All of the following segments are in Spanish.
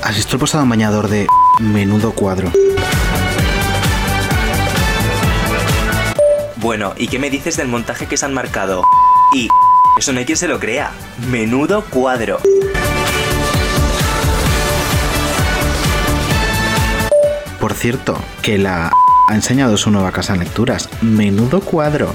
¿Has visto el posado en bañador de menudo cuadro? Bueno, ¿y qué me dices del montaje que se han marcado? Y eso no hay quien se lo crea. Menudo cuadro. Por cierto, que la ha enseñado su nueva casa en lecturas. Menudo cuadro.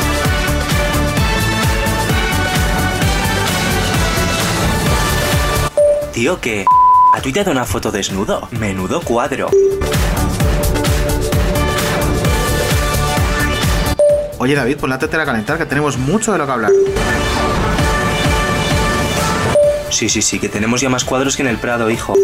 Tío, que ha tuiteado una foto desnudo. Menudo cuadro. Oye, David, pon la tetera a calentar, que tenemos mucho de lo que hablar. Sí, que tenemos ya más cuadros que en el Prado, hijo.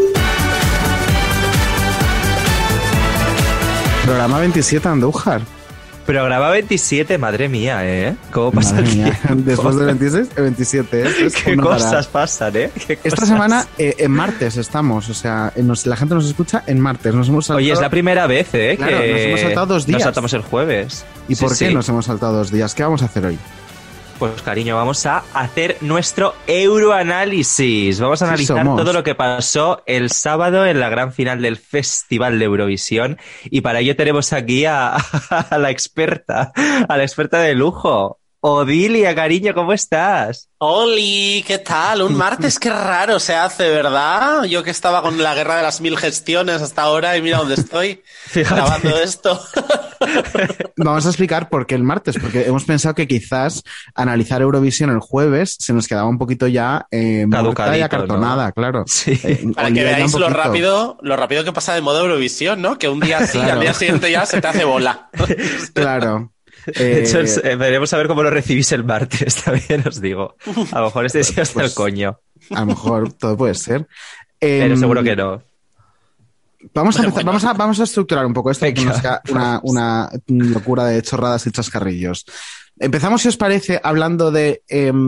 Programa 27, Andújar. Programa 27, madre mía, ¿eh? ¿Cómo pasa el tiempo? Después del 26, el 27. ¿Qué cosas pasan, eh? Esta semana, en martes estamos, o sea, la gente nos escucha en martes. Nos hemos saltado... Oye, es la primera vez, ¿eh? Claro, que nos hemos saltado 2 días. Nos saltamos el jueves. ¿Y por qué nos hemos saltado 2 días? ¿Qué vamos a hacer hoy? Pues cariño, vamos a hacer nuestro euroanálisis. Vamos a analizar todo lo que pasó el sábado en la gran final del Festival de Eurovisión. Y para ello tenemos aquí a la experta de lujo. Odilia, cariño, ¿cómo estás? ¡Oli! ¿Qué tal? Un martes, qué raro se hace, ¿verdad? Yo que estaba con la guerra de las 1000 gestiones hasta ahora y mira dónde estoy grabando esto. Vamos a explicar por qué el martes, porque hemos pensado que quizás analizar Eurovisión el jueves se nos quedaba un poquito ya muerta y acartonada, ¿no? Claro. Sí. Para que veáis lo rápido que pasa de modo Eurovisión, ¿no? Que un día sí, claro. Al día siguiente ya se te hace bola. Claro. De hecho, veremos saber cómo lo recibís el martes, también os digo. A lo mejor sí hasta el coño. A lo mejor todo puede ser. Pero seguro que no. Vamos a empezar, vamos a estructurar un poco esto, que no sea una locura de chorradas y chascarrillos. Empezamos, si os parece, hablando de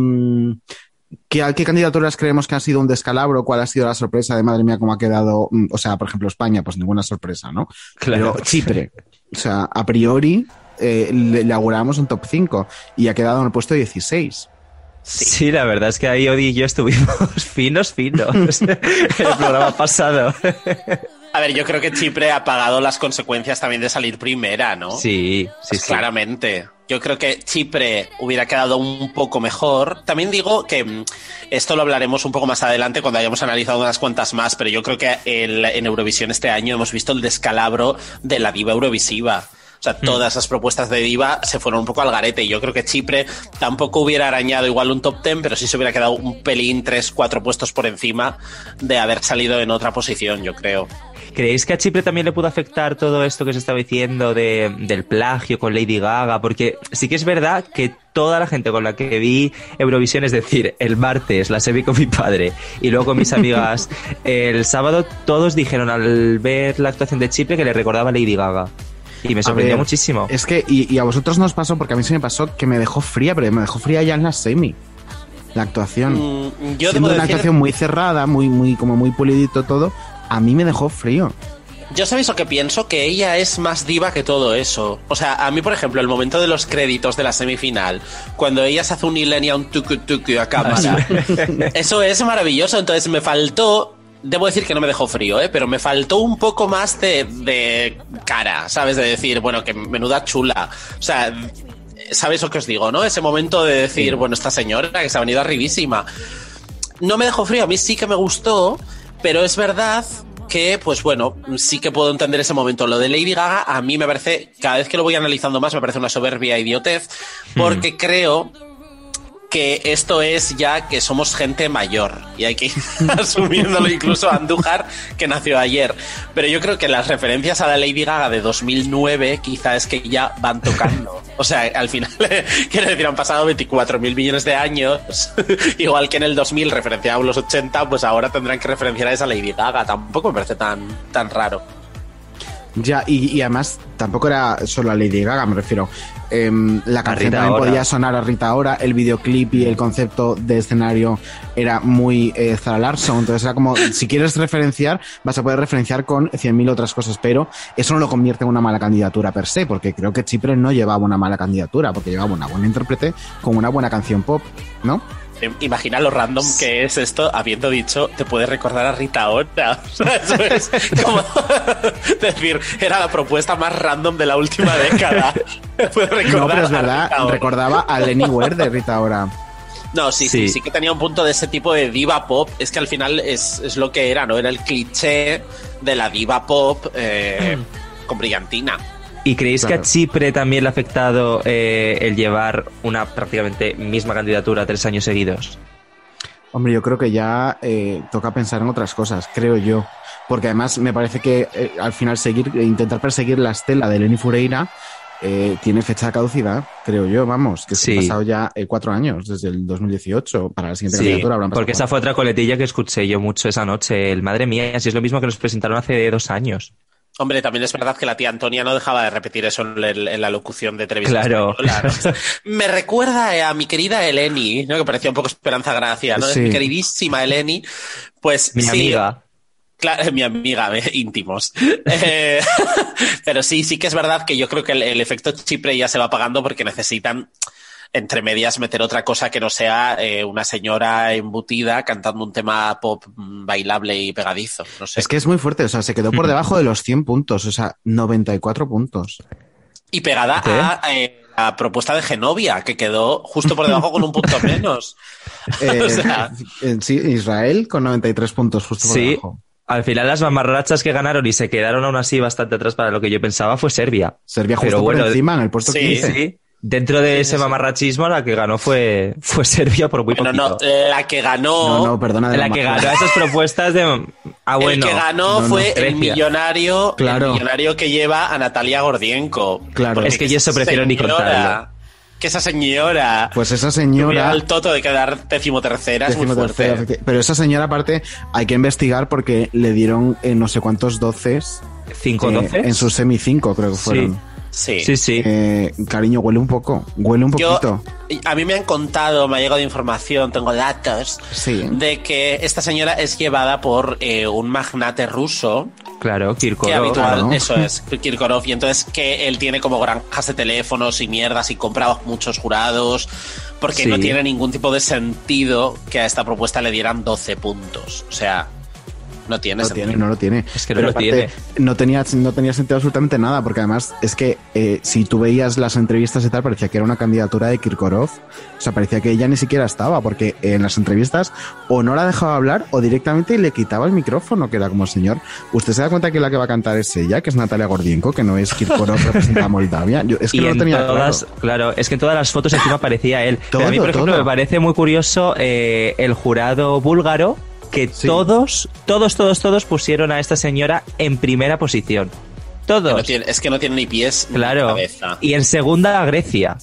qué candidaturas creemos que han sido un descalabro, cuál ha sido la sorpresa de madre mía cómo ha quedado, o sea, por ejemplo, España, pues ninguna sorpresa, ¿no? Claro. Pero Chipre, o sea, a priori le auguramos un top 5 y ha quedado en el puesto 16. Sí, la verdad es que ahí Odi y yo estuvimos finos en el programa pasado. A ver, yo creo que Chipre ha pagado las consecuencias también de salir primera, ¿no? Sí. Claramente. Yo creo que Chipre hubiera quedado un poco mejor. También digo que esto lo hablaremos un poco más adelante cuando hayamos analizado unas cuantas más, pero yo creo que en Eurovisión este año hemos visto el descalabro de la diva eurovisiva. O sea, todas las propuestas de diva se fueron un poco al garete y yo creo que Chipre tampoco hubiera arañado igual un top 10, pero sí se hubiera quedado un pelín 3-4 puestos por encima de haber salido en otra posición, yo creo. ¿Creéis que a Chipre también le pudo afectar todo esto que se estaba diciendo del plagio con Lady Gaga? Porque sí que es verdad que toda la gente con la que vi Eurovisión, es decir, el martes la vi con mi padre y luego con mis amigas el sábado, todos dijeron al ver la actuación de Chipre que le recordaba a Lady Gaga. Y me sorprendió muchísimo. Es que, y a vosotros nos pasó, porque a mí se me pasó que me dejó fría, pero me dejó fría ya en la semi. La actuación. Yo siendo una actuación muy cerrada, muy pulidito todo, a mí me dejó frío. Yo sabéis lo que pienso, que ella es más diva que todo eso. O sea, a mí, por ejemplo, el momento de los créditos de la semifinal, cuando ella se hace un Ilenia, un tucu a cámara, eso es maravilloso. Entonces me faltó... Debo decir que no me dejó frío, pero me faltó un poco más de cara, ¿sabes? De decir, bueno, que menuda chula. O sea, ¿sabéis lo que os digo, no? Ese momento de decir, bueno, esta señora que se ha venido arribísima. No me dejó frío, a mí sí que me gustó, pero es verdad que, pues bueno, sí que puedo entender ese momento. Lo de Lady Gaga, a mí me parece, cada vez que lo voy analizando más, me parece una soberbia idiotez, porque creo... que esto es ya que somos gente mayor y hay que ir asumiéndolo, incluso Andújar, que nació ayer. Pero yo creo que las referencias a la Lady Gaga de 2009 quizá es que ya van tocando. O sea, al final, quiero decir, han pasado 24.000 millones de años. Igual que en el 2000 referenciaban los 80, pues ahora tendrán que referenciar a esa Lady Gaga. Tampoco me parece tan raro. Ya, y además tampoco era solo a Lady Gaga, me refiero. La canción también podía sonar a Rita Ora, el videoclip y el concepto de escenario era muy Zara Larsson, entonces era como, si quieres referenciar, vas a poder referenciar con 100.000 otras cosas, pero eso no lo convierte en una mala candidatura per se, porque creo que Chipre no llevaba una mala candidatura, porque llevaba una buena intérprete con una buena canción pop, ¿no? Imagina lo random que es esto, habiendo dicho, te puede recordar a Rita Ora. O sea, eso es como decir, era la propuesta más random de la última década. Puede recordar no, pero es verdad, recordaba a Lenny Ware de Rita Ora. No, sí que tenía un punto de ese tipo de diva pop. Es que al final es lo que era, ¿no? Era el cliché de la diva pop con brillantina. ¿Y creéis que a Chipre también le ha afectado el llevar una prácticamente misma candidatura 3 años seguidos? Hombre, yo creo que ya toca pensar en otras cosas, creo yo. Porque además me parece que al final intentar perseguir la estela de Eleni Foureira tiene fecha de caducidad, creo yo, vamos, que se han pasado ya 4 años, desde el 2018, para la siguiente candidatura. Porque esa fue otra coletilla que escuché yo mucho esa noche. El madre mía, si es lo mismo que nos presentaron hace 2 años. Hombre, también es verdad que la tía Antonia no dejaba de repetir eso en la locución de televisión. Claro. Española, ¿no? Me recuerda a mi querida Eleni, ¿no? Que parecía un poco Esperanza Gracia, ¿no? Sí. Mi queridísima Eleni. Pues mi amiga. Claro, mi amiga, íntimos. Pero sí que es verdad que yo creo que el efecto Chipre ya se va apagando porque necesitan, entre medias, meter otra cosa que no sea una señora embutida cantando un tema pop bailable y pegadizo. No sé. Es que es muy fuerte, o sea, se quedó por debajo de los 100 puntos, o sea, 94 puntos. Y pegada a la propuesta de Genovia, que quedó justo por debajo con un punto menos. O sea, sí, Israel con 93 puntos justo por debajo. Al final las mamarrachas que ganaron y se quedaron aún así bastante atrás para lo que yo pensaba fue Serbia. Serbia justo por encima, en el puesto 15. Sí. Dentro de ese mamarrachismo, la que ganó fue Serbia por muy poquito. No, la que ganó... No, perdona. La que ganó esas propuestas de... bueno. El que ganó fue el millonario, claro. El millonario que lleva a Natalia Gordienko. Claro. Es que yo eso prefiero ni contarlo. Que esa señora... Pues esa señora... el toto de quedar 13ª es muy fuerte. Pero esa señora, aparte, hay que investigar porque le dieron no sé cuántos 12s. 5 12 en su semi 5, creo que fueron. Sí. Cariño, huele un poquito. A mí me han contado, me ha llegado información, tengo datos, de que esta señora es llevada por un magnate ruso. Claro, Kirkorov. Habitual, eso es, Kirkorov. Y entonces que él tiene como granjas de teléfonos y mierdas y compra muchos jurados, porque no tiene ningún tipo de sentido que a esta propuesta le dieran 12 puntos. O sea... No lo tiene. Es que no lo tiene. No tenía sentido absolutamente nada, porque además es que si tú veías las entrevistas y tal, parecía que era una candidatura de Kirkorov. O sea, parecía que ella ni siquiera estaba, porque en las entrevistas o no la dejaba hablar o directamente le quitaba el micrófono, que era como, señor, ¿usted se da cuenta que la que va a cantar es ella, que es Natalia Gordienko, que no es Kirkorov representa a Moldavia? Es que no lo tenía claro, es que en todas las fotos encima aparecía él. Pero a mí, por ejemplo, me parece muy curioso el jurado búlgaro, que todos pusieron a esta señora en primera posición. Todos. Es que no tiene ni pies ni cabeza. Y en segunda a Grecia.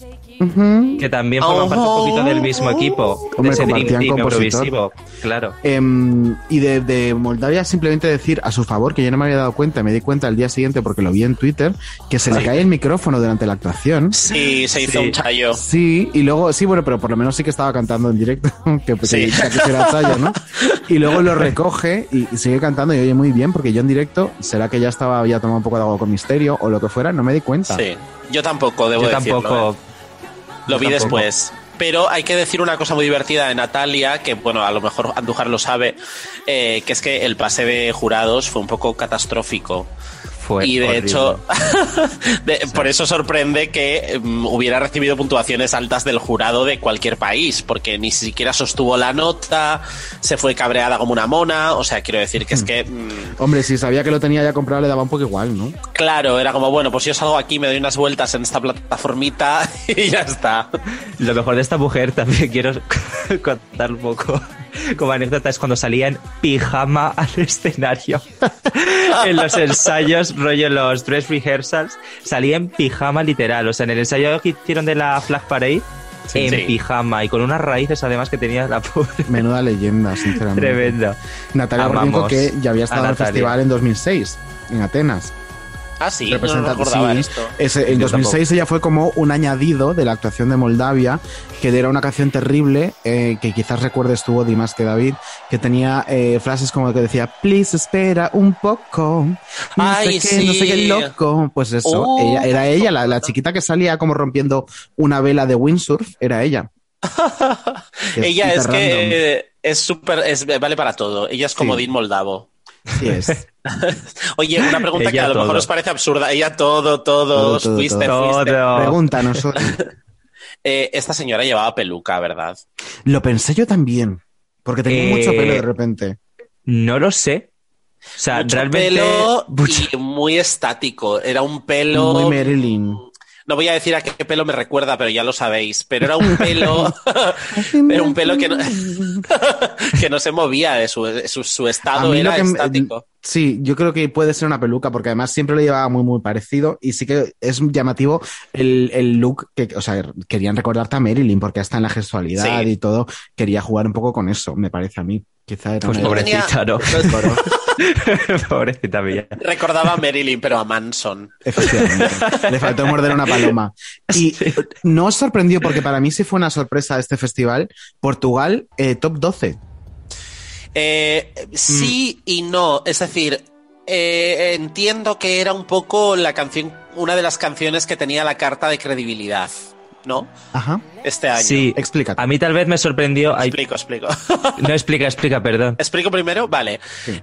Que también forma parte un poquito del mismo equipo. Hombre, de ese Dream Team compositor. Eurovisivo. Claro. Y de Moldavia, simplemente decir a su favor, que yo no me había dado cuenta, me di cuenta el día siguiente porque lo vi en Twitter, que se le cae el micrófono durante la actuación. Sí, se hizo un chayo. Sí, y luego, bueno, pero por lo menos sí que estaba cantando en directo, que era chayo, ¿no? Y luego lo recoge y sigue cantando y oye muy bien, porque yo en directo, será que ya había tomado un poco de agua con Misterio o lo que fuera, no me di cuenta. Sí, yo tampoco, debo decirlo. Lo vi después. Pero hay que decir una cosa muy divertida de Natalia, que bueno, a lo mejor Andújar lo sabe, que es que el pase de jurados fue un poco catastrófico. Y de hecho, por eso sorprende que hubiera recibido puntuaciones altas del jurado de cualquier país, porque ni siquiera sostuvo la nota, se fue cabreada como una mona, o sea, quiero decir que es que... Hombre, si sabía que lo tenía ya comprado le daba un poco igual, ¿no? Claro, era como, bueno, pues yo salgo aquí, me doy unas vueltas en esta plataformita y ya está. Lo mejor de esta mujer, también quiero contar un poco como anécdota, es cuando salía en pijama al escenario. En los ensayos, rollo los dress rehearsals, salía en pijama literal. O sea, en el ensayo que hicieron de la Flag Parade, pijama y con unas raíces además que tenía la pobre. Menuda leyenda, sinceramente. Tremendo. Natalia Gordienko, que ya había estado en el festival en 2006, en Atenas. Ah, sí, no recordaba esto. En 2006 ella fue como un añadido de la actuación de Moldavia, que era una canción terrible, que quizás recuerdes tú, Odi, más que David, que tenía frases como que decía, please espera un poco, no sé qué loco. Pues eso, era ella, la chiquita que salía como rompiendo una vela de windsurf, era ella. Ella es que es súper, vale para todo. Ella es como Dean Moldavo. Sí es. Oye, una pregunta que a lo mejor os parece absurda. Ella todo. Fuiste. Pregúntanos. Esta señora llevaba peluca, ¿verdad? Lo pensé yo también, porque tenía mucho pelo de repente. No lo sé. O sea, mucho realmente... pelo y muy estático. Era un pelo... Muy Marilyn. No voy a decir a qué pelo me recuerda, pero ya lo sabéis. Pero era un pelo... era un pelo que no, que no se movía. De su estado era estático. Sí, yo creo que puede ser una peluca, porque además siempre lo llevaba muy, muy parecido. Y sí que es llamativo el look que... O sea, querían recordarte a Marilyn, porque hasta en la gestualidad y todo quería jugar un poco con eso, me parece a mí. Quizá era pues pobrecita, ¿no? Pobrecita mía. Recordaba a Marilyn, pero a Manson. Efectivamente. Le faltó morder una paloma. Y no os sorprendió, porque para mí sí fue una sorpresa este festival. Portugal, top 12. Sí y no. Es decir, entiendo que era un poco la canción, una de las canciones que tenía la carta de credibilidad, ¿no? Ajá. Este año. Sí, explícate. A mí tal vez me sorprendió. Explico. No, explica, perdón. ¿Explico primero? Vale. Sí.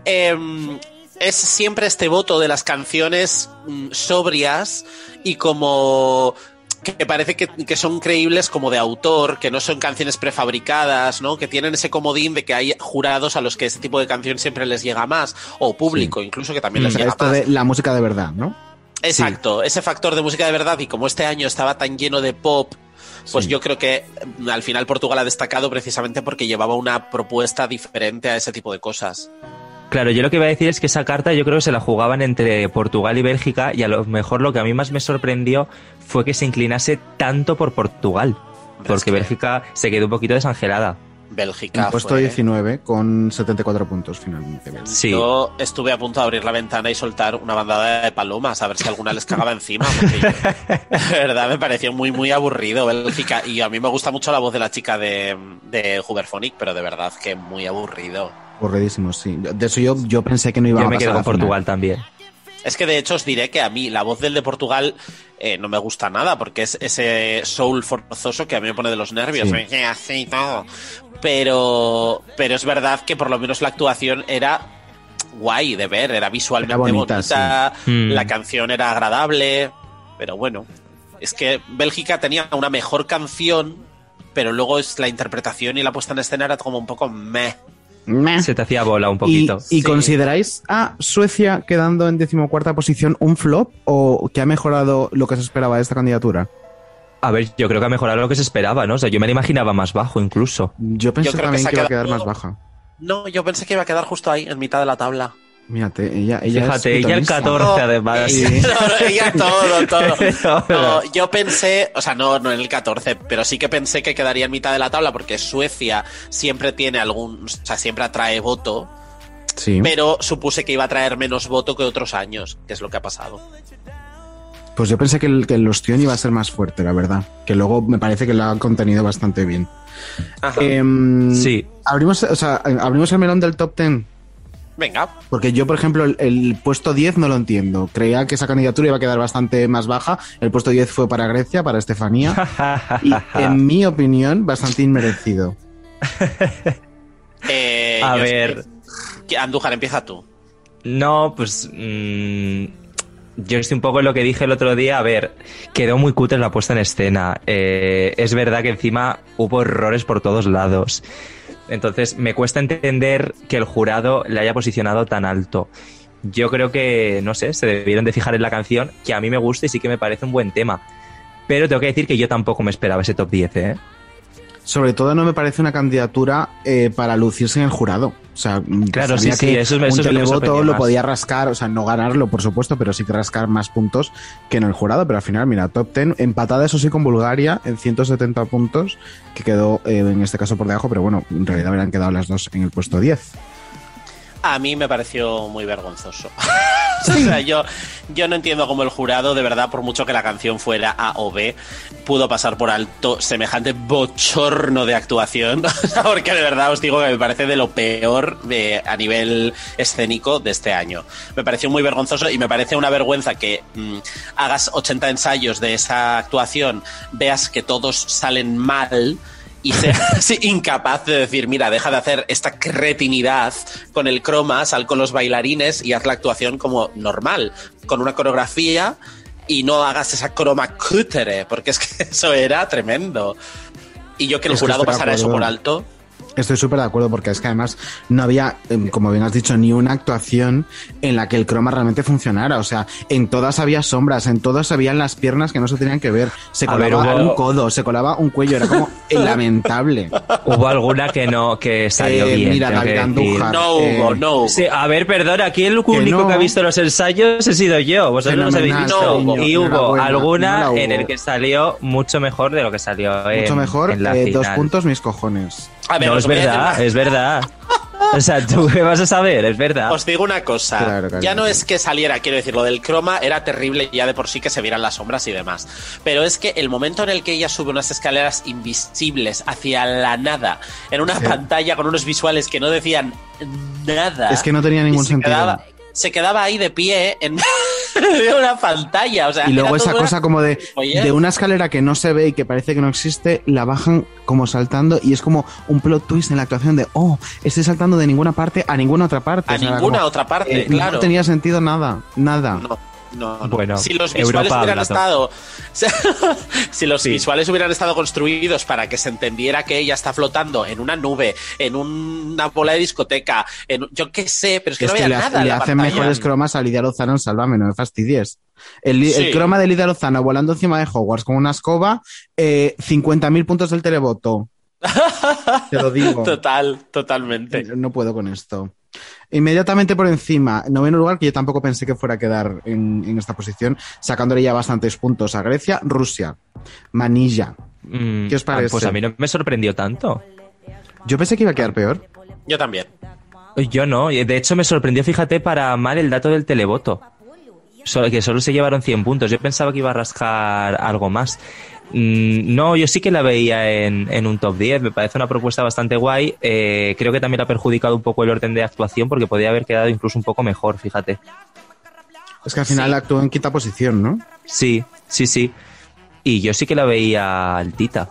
Es siempre este voto de las canciones sobrias y como que parece que son creíbles como de autor, que no son canciones prefabricadas, ¿no? Que tienen ese comodín de que hay jurados a los que este tipo de canción siempre les llega más, o público incluso que también les llega esto más. De la música de verdad, ¿no? Exacto, ese factor de música de verdad, y como este año estaba tan lleno de pop, pues yo creo que al final Portugal ha destacado precisamente porque llevaba una propuesta diferente a ese tipo de cosas. Claro, yo lo que iba a decir es que esa carta yo creo que se la jugaban entre Portugal y Bélgica, y a lo mejor lo que a mí más me sorprendió fue que se inclinase tanto por Portugal, porque Bélgica se quedó un poquito desangelada. Bélgica en puesto 19 con 74 puntos finalmente. Sí. Yo estuve a punto de abrir la ventana y soltar una bandada de palomas a ver si alguna les cagaba encima, porque yo, de verdad me pareció muy muy aburrido Bélgica, y a mí me gusta mucho la voz de la chica de Huberphonic, pero de verdad que muy aburrido. Aburridísimo, sí. De eso yo pensé que no iba a pasar. Yo me quedo con Portugal también. Es que de hecho os diré que a mí la voz del de Portugal no me gusta nada, porque es ese soul forzoso que a mí me pone de los nervios. Sí. Así todo. Pero es verdad que por lo menos la actuación era guay de ver, era visualmente bonita, la canción era agradable, pero bueno, es que Bélgica tenía una mejor canción, pero luego es la interpretación y la puesta en escena era como un poco meh. Se te hacía bola un poquito. ¿Y consideráis a Suecia quedando en 14ª posición un flop o que ha mejorado lo que se esperaba de esta candidatura? A ver, yo creo que ha mejorado lo que se esperaba, ¿no? O sea, yo me la imaginaba más bajo incluso. Yo pensé también que iba a quedar más baja. No, yo pensé que iba a quedar justo ahí, en mitad de la tabla. Mírate, ella fíjate, ella el 14 además. Ella todo. No, yo pensé, o sea, no en el 14, pero sí que pensé que quedaría en mitad de la tabla, porque Suecia siempre tiene siempre atrae voto. Sí. Pero supuse que iba a traer menos voto que otros años, que es lo que ha pasado. Pues yo pensé que el ostión iba a ser más fuerte, la verdad. Que luego me parece que lo ha contenido bastante bien. Ajá. Sí. Abrimos el melón del top 10. Venga. Porque yo, por ejemplo, el puesto 10 no lo entiendo. Creía que esa candidatura iba a quedar bastante más baja. El puesto 10 fue para Grecia, para Estefanía. Y, en mi opinión, bastante inmerecido. A ver. Andújar, empieza tú. No, pues... yo estoy un poco en lo que dije el otro día. A ver, quedó muy cutre la puesta en escena. Es verdad que encima hubo errores por todos lados. Entonces me cuesta entender que el jurado le haya posicionado tan alto. Yo creo que, no sé, se debieron de fijar en la canción, que a mí me gusta y sí que me parece un buen tema. Pero tengo que decir que yo tampoco me esperaba ese top 10, ¿eh? Sobre todo no me parece una candidatura para lucirse en el jurado. O sea, claro, sí, eso un televoto lo podía rascar, o sea, no ganarlo, por supuesto, pero sí que rascar más puntos que en el jurado. Pero al final, mira, top 10, empatada eso sí con Bulgaria en 170 puntos, que quedó en este caso por debajo, pero bueno, en realidad habrían quedado las dos en el puesto 10. A mí me pareció muy vergonzoso. O sea, yo no entiendo cómo el jurado, de verdad, por mucho que la canción fuera A o B, pudo pasar por alto semejante bochorno de actuación, porque de verdad os digo que me parece de lo peor a nivel escénico de este año. Me pareció muy vergonzoso y me parece una vergüenza que hagas 80 ensayos de esa actuación, veas que todos salen mal y sea así, incapaz de decir, mira, deja de hacer esta cretinidad con el croma, sal con los bailarines y haz la actuación como normal, con una coreografía, y no hagas esa croma cútere, porque es que eso era tremendo. Y yo que el jurado pasara eso por alto... Estoy súper de acuerdo, porque es que además no había, como bien has dicho, ni una actuación en la que el croma realmente funcionara. O sea, en todas había sombras, en todas habían las piernas que no se tenían que ver. Se colaba un codo, se colaba un cuello, era como lamentable. Hubo alguna que salió bien. Mira, David Andújar. No hubo. Sí, a ver, perdona, aquí el único que ha visto los ensayos he sido yo. Vosotros no los habéis visto. Y hubo alguna en el que salió mucho mejor de lo que salió en, mucho mejor, en la final. 2 puntos, mis cojones. A ver, no, es verdad. O sea, ¿tú qué vas a saber? Es verdad. Os digo una cosa. Claro, ya no es que saliera, quiero decir, lo del croma era terrible ya de por sí que se vieran las sombras y demás. Pero es que el momento en el que ella sube unas escaleras invisibles hacia la nada, en una pantalla con unos visuales que no decían nada. Es que no tenía ningún sentido. Se quedaba ahí de pie en de una pantalla, o sea, y luego esa cosa como de una escalera que no se ve y que parece que no existe, la bajan como saltando y es como un plot twist en la actuación de estoy saltando de ninguna parte a ninguna otra parte. A ninguna otra parte, claro. No tenía sentido nada. No. Bueno, si los visuales hubieran estado si los visuales hubieran estado construidos para que se entendiera que ella está flotando en una nube, en una bola de discoteca, yo qué sé, pero es que no había nada. Le hacen mejores cromas a Lidia Lozano en Sálvame, no me fastidies. El croma de Lidia Lozano volando encima de Hogwarts con una escoba, 50.000 puntos del televoto. Te lo digo. Totalmente. No puedo con esto. Inmediatamente por encima, 9º lugar, que yo tampoco pensé que fuera a quedar en esta posición, sacándole ya bastantes puntos a Grecia, Rusia, Manilla. ¿Qué os parece? Pues a mí no me sorprendió tanto. Yo pensé que iba a quedar peor. Yo también. Yo no, de hecho me sorprendió, fíjate, para mal el dato del televoto. Que solo se llevaron 100 puntos. Yo pensaba que iba a rascar algo más. No, yo sí que la veía en un top 10. Me parece una propuesta bastante guay. Creo que también ha perjudicado un poco el orden de actuación porque podría haber quedado incluso un poco mejor, fíjate. Es que al final actuó en quinta posición, ¿no? Sí. Y yo sí que la veía altita.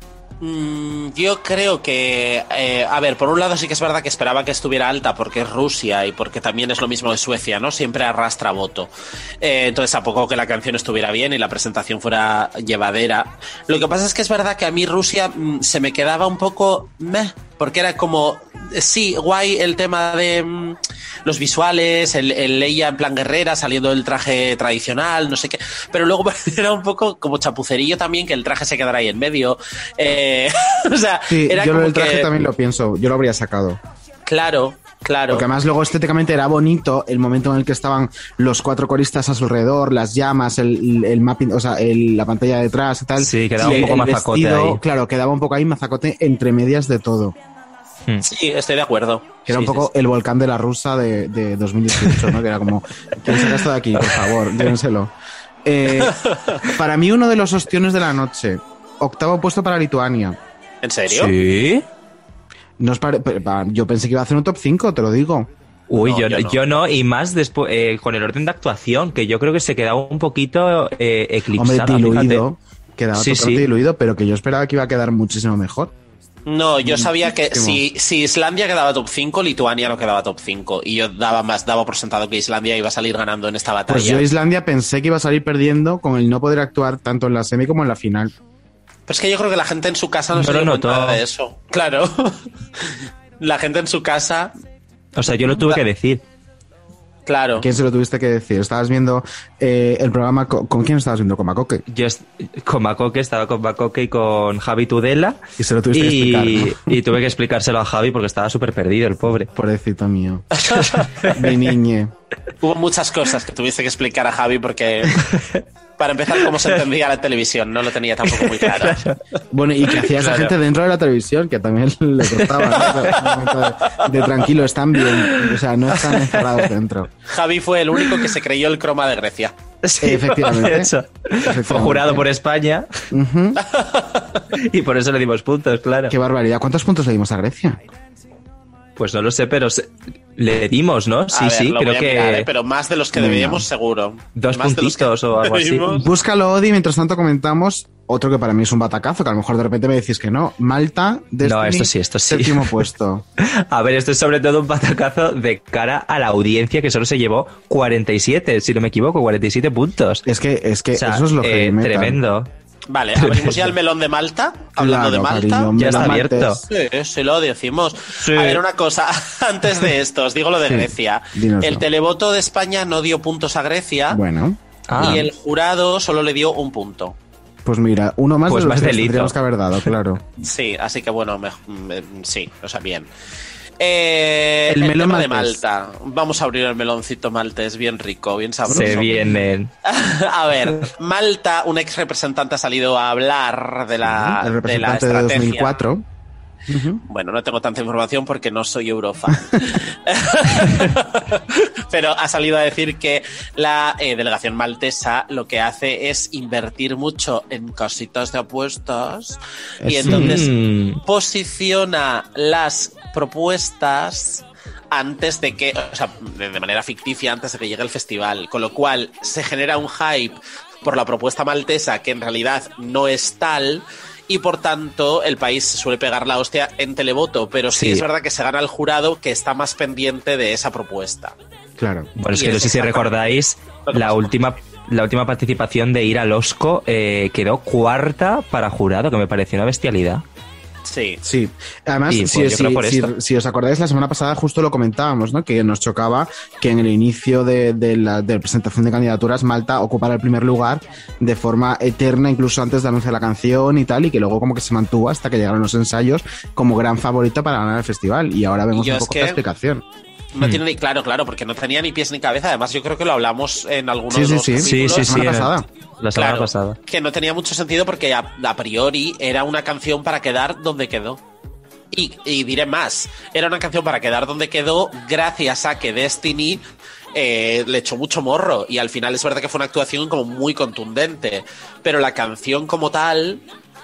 Yo creo que, a ver, por un lado sí que es verdad que esperaba que estuviera alta porque es Rusia y porque también es lo mismo de Suecia, ¿no? Siempre arrastra voto. Entonces tampoco que la canción estuviera bien y la presentación fuera llevadera. Lo que pasa es que es verdad que a mí Rusia se me quedaba un poco porque era como, sí, guay el tema de los visuales, el ella en plan guerrera saliendo del traje tradicional, no sé qué, pero luego era un poco como chapucerillo también que el traje se quedara ahí en medio. O sea, sí, era yo como el traje que... también lo pienso, yo lo habría sacado. Claro. Porque además luego estéticamente era bonito el momento en el que estaban los 4 coristas a su alrededor, las llamas, el mapping, o sea, la pantalla detrás y tal. Sí, quedaba un poco mazacote vestido, ahí. Claro, quedaba un poco ahí mazacote entre medias de todo. Sí, estoy de acuerdo. Que era un poco el volcán de la rusa de 2018, ¿no? Que era como, ¿quién saca esto de aquí? Por favor, llévenselo. Para mí uno de los ostiones de la noche, 8º puesto para Lituania. ¿En serio? Sí. Yo pensé que iba a hacer un top 5, te lo digo. Uy, no, yo no, y más después con el orden de actuación, que yo creo que se quedaba un poquito eclipsada. Hombre, diluido, quedaba totalmente diluido, pero que yo esperaba que iba a quedar muchísimo mejor. No, yo sabía que si Islandia quedaba top 5, Lituania no quedaba top 5. Y yo daba por sentado que Islandia iba a salir ganando en esta batalla. Pues yo Islandia pensé que iba a salir perdiendo con el no poder actuar tanto en la semi como en la final. Pero es que yo creo que la gente en su casa no se dio cuenta de eso. Claro. La gente en su casa... O sea, yo lo tuve que decir. Claro. ¿Quién se lo tuviste que decir? ¿Estabas viendo el programa? ¿Con quién estabas viendo? ¿Con Macoque? Yo con Macoque, estaba con Macoque y con Javi Tudela. Y se lo tuviste que explicar, ¿no? Y tuve que explicárselo a Javi porque estaba súper perdido, el pobre. Pobrecito mío. Mi niñe. Hubo muchas cosas que tuviste que explicar a Javi porque... Para empezar, cómo se entendía la televisión, no lo tenía tampoco muy claro. Bueno, y que hacía esa gente dentro de la televisión, que también le costaba, ¿no? De tranquilo, están bien, o sea, no están encerrados dentro. Javi fue el único que se creyó el croma de Grecia. Sí, efectivamente. Fue jurado por España. Y por eso le dimos puntos, claro. Qué barbaridad. ¿Cuántos puntos le dimos a Grecia? Pues no lo sé, pero le dimos, ¿no? Sí, sí, creo que... Mirar, pero más de los que debíamos, seguro. 2 puntitos o algo así. Búscalo, Odi, mientras tanto comentamos otro que para mí es un batacazo, que a lo mejor de repente me decís que no. Malta, Destiny, No, esto sí. 7º puesto. A ver, esto es sobre todo un batacazo de cara a la audiencia, que solo se llevó 47, si no me equivoco, 47 puntos. Es que O sea, eso es lo que me tremendo. Vale, abrimos ya el melón de Malta. Hablando de Malta. Cariño, Ya está abierto. Sí, lo decimos. Sí. A ver, una cosa, antes de esto, os digo lo de Grecia. dínoslo. El televoto de España no dio puntos a Grecia Bueno, y el jurado solo le dio un punto. pues mira, uno más Pues de los más que delito. tendríamos que haber dado, claro. Sí, así que bueno, sí, o sea, bien. El melón tema de maltés. Malta. Vamos a abrir el meloncito maltés, bien rico, bien sabroso. Se vienen. A ver, Malta, un ex representante ha salido a hablar de la, El de la representante de estrategia. 2004. Bueno, no tengo tanta información porque no soy eurofan. Pero ha salido a decir que la delegación maltesa lo que hace es invertir mucho en casitas de apuestas y entonces posiciona las propuestas antes de que, o sea, de manera ficticia, antes de que llegue el festival, con lo cual se genera un hype por la propuesta maltesa que en realidad no es tal. Y por tanto, el país suele pegar la hostia en televoto, pero sí es verdad que se gana el jurado que está más pendiente de esa propuesta. Claro. Bueno, es Y que no es sé si recordáis la última participación de Ir al Osco, quedó cuarta para jurado, que me pareció una bestialidad. Sí. Sí, además, Y, pues, yo creo por esto. si os acordáis, la semana pasada justo lo comentábamos, ¿no? Que nos chocaba que en el inicio de la presentación de candidaturas Malta ocupara el primer lugar de forma eterna, incluso antes de anunciar la canción y tal, y que luego como que se mantuvo hasta que llegaron los ensayos como gran favorita para ganar el festival. Y ahora vemos un poco la explicación. No tiene ni claro, porque no tenía ni pies ni cabeza. Además, yo creo que lo hablamos en algunos de los capítulos. Sí, la semana pasada. La semana Claro, pasada. que no tenía mucho sentido porque a priori era una canción para quedar donde quedó. Y diré más, era una canción para quedar donde quedó gracias a que Destiny le echó mucho morro. Y al final es verdad que fue una actuación como muy contundente. Pero la canción como tal...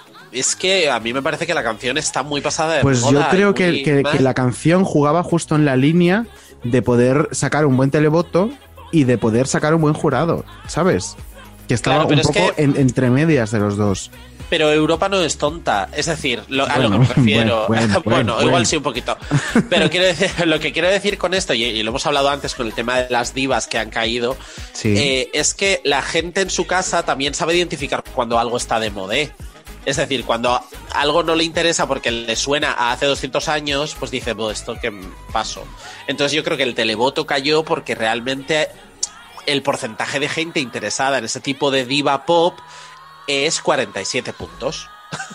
Es que a mí me parece que la canción está muy pasada de Pues moda yo creo y muy que mal. la canción jugaba justo en la línea de poder sacar un buen televoto y de poder sacar un buen jurado, ¿sabes? Que estaba Claro, pero un es poco que- entre medias de los dos. Pero Europa no es tonta, es decir, a lo que Bueno, me refiero, bueno. igual sí un poquito, pero quiero decir, lo que quiero decir con esto, y lo hemos hablado antes con el tema de las divas que han caído, Sí. es que la gente en su casa también sabe identificar cuando algo está de modé. Es decir, cuando algo no le interesa porque le suena a hace 200 años, pues dice, pues esto que pasó. Entonces yo creo que el televoto cayó porque realmente el porcentaje de gente interesada en ese tipo de diva pop es 47 puntos.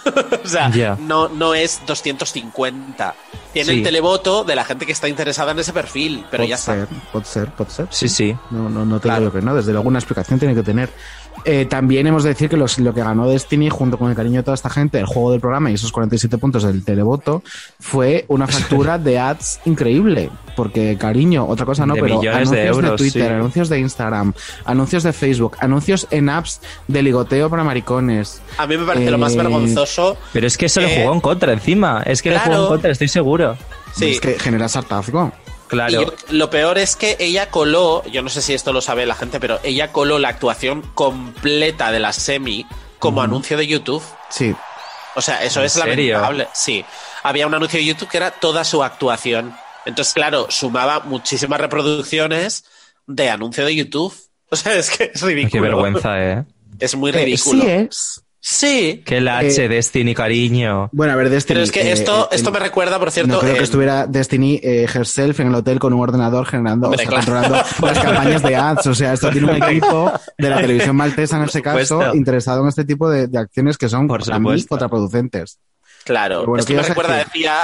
O sea, Ya. no es 250. Tiene el televoto de la gente que está interesada en ese perfil, pero ya está. Pot ser. Sí. No te Claro. digo que no, desde luego una explicación tiene que tener. También hemos de decir que lo que ganó Destiny, junto con el cariño de toda esta gente, el juego del programa y esos 47 puntos del televoto, fue una factura de ads increíble. Porque, cariño, otra cosa no, De pero millones de anuncios de, euros, Twitter, sí. anuncios de Instagram, anuncios de Facebook, anuncios en apps de ligoteo para maricones. A mí me parece lo más vergonzoso. Pero es que eso le jugó en contra encima. Es que le claro. jugó en contra, estoy seguro. Sí. Es que genera sartazgo. Claro. Y lo peor es que ella coló, yo no sé si esto lo sabe la gente, pero ella coló la actuación completa de la semi como anuncio de YouTube. Sí. O sea, eso ¿En es serio? lamentable. Sí. Había un anuncio de YouTube que era toda su actuación. Entonces, claro, sumaba muchísimas reproducciones de anuncio de YouTube. O sea, es que es ridículo. Qué vergüenza, ¿eh? Es muy ridículo. Sí es. Sí. Que la H, Destiny, cariño. Bueno, a ver, Destiny. Pero es que esto me recuerda, por cierto... No creo que estuviera Destiny herself en el hotel con un ordenador generando, Hombre, claro. controlando las campañas de ads. O sea, esto tiene un equipo de la televisión maltesa, en este caso, supuesto. interesado en este tipo de acciones que son, Por para mí, supuesto. Claro, contraproducentes. Pero bueno, esto ¿qué me ibas a recuerda, decir? decía,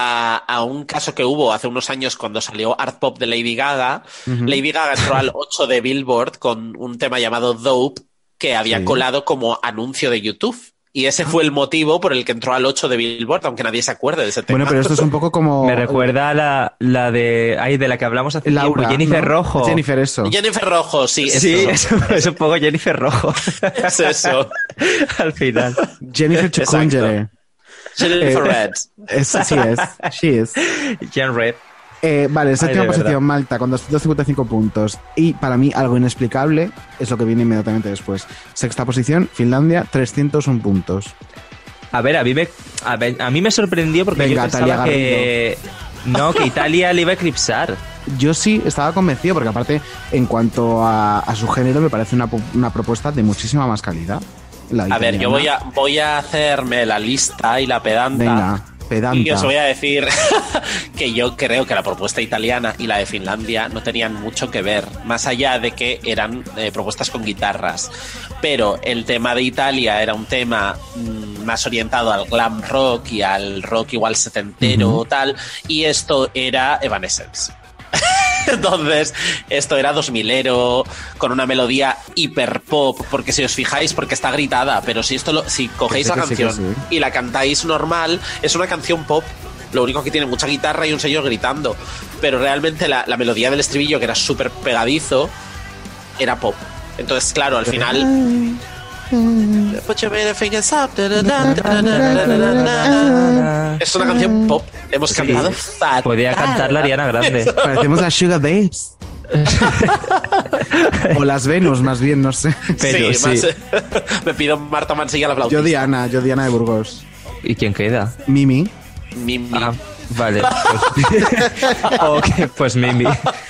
a un caso que hubo hace unos años cuando salió Art Pop de Lady Gaga. Lady Gaga entró al 8 de Billboard con un tema llamado Dope que había Sí. colado como anuncio de YouTube. Y ese fue el motivo por el que entró al 8 de Billboard, aunque nadie se acuerde de ese tema. Bueno, pero esto es un poco como... Me recuerda a la de la que hablamos hace Laura, tiempo, Jennifer ¿no? Rojo. Jennifer, eso. Jennifer Rojo, sí. Sí, eso. es un poco Jennifer Rojo. Es eso. Al final. Jennifer Chukwungere. Jennifer Red. Sí es. She is. Jen Red. Vale, séptima posición, Malta, con 255 puntos. Y para mí, algo inexplicable es lo que viene inmediatamente después. Sexta posición, Finlandia, 301 puntos. A ver, a mí me sorprendió porque yo pensaba que Italia le iba a eclipsar. Yo sí estaba convencido, porque aparte, en cuanto a su género, me parece una propuesta de muchísima más calidad. A ver, yo voy a hacerme la lista y la pedanta. Venga, pedanta. Y os voy a decir que yo creo que la propuesta italiana y la de Finlandia no tenían mucho que ver, más allá de que eran propuestas con guitarras. Pero el tema de Italia era un tema más orientado al glam rock y al rock igual setentero o tal, y esto era Evanescence. Entonces, esto era 2000ero, con una melodía hiper pop, porque si os fijáis, porque está gritada, pero si cogéis la canción y la cantáis normal, es una canción pop. Lo único que tiene mucha guitarra y un señor gritando. Pero realmente la melodía del estribillo, que era súper pegadizo, era pop. Entonces, claro, al final... Es una canción pop. Hemos cantado fatal. Podía cantar la Ariana Grande. Parecemos las Sugar Babes. O las Venus, más bien, no sé. Pero sí. Me pido Marta Mansilla la flautista. Yo Diana de Burgos. ¿Y quién queda? Mimi. Ah, vale. Pues Mimi.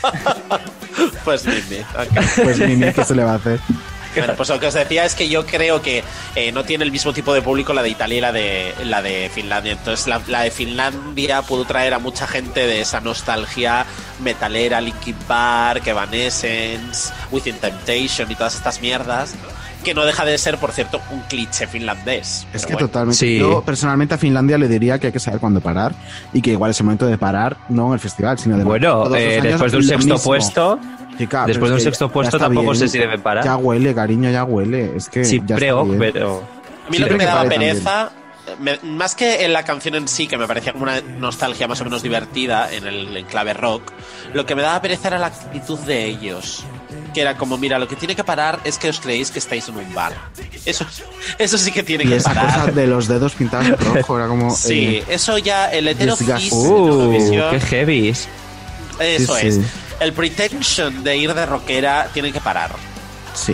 Pues Mimi. Okay. Pues Mimi, ¿qué se le va a hacer? Bueno, pues lo que os decía es que yo creo que no tiene el mismo tipo de público la de Italia y la de Finlandia. Entonces la de Finlandia pudo traer a mucha gente de esa nostalgia metalera, Linkin Park, Evanescence, Within Temptation y todas estas mierdas, que no deja de ser, por cierto, un cliché finlandés. Es que bueno, totalmente. Sí. Yo personalmente a Finlandia le diría que hay que saber cuándo parar y que igual es el momento de parar, no en el festival, sino de... Bueno, después de un sexto puesto... Chica, después de un sexto puesto tampoco sé si debe parar. Ya huele, cariño, ya huele. Es que sí, ya pero... A mí lo que me daba pereza, más que en la canción en sí, que me parecía como una nostalgia más o menos divertida en clave rock, lo que me daba pereza era la actitud de ellos. Que era como, mira, lo que tiene que parar es que os creéis que estáis en un bar. Eso sí que tiene que parar. Esa cosa de los dedos pintados de rojo era como... Sí, eso ya, el hetero cis qué heavy. Eso sí, es. Sí. El pretension de ir de rockera tiene que parar. Sí.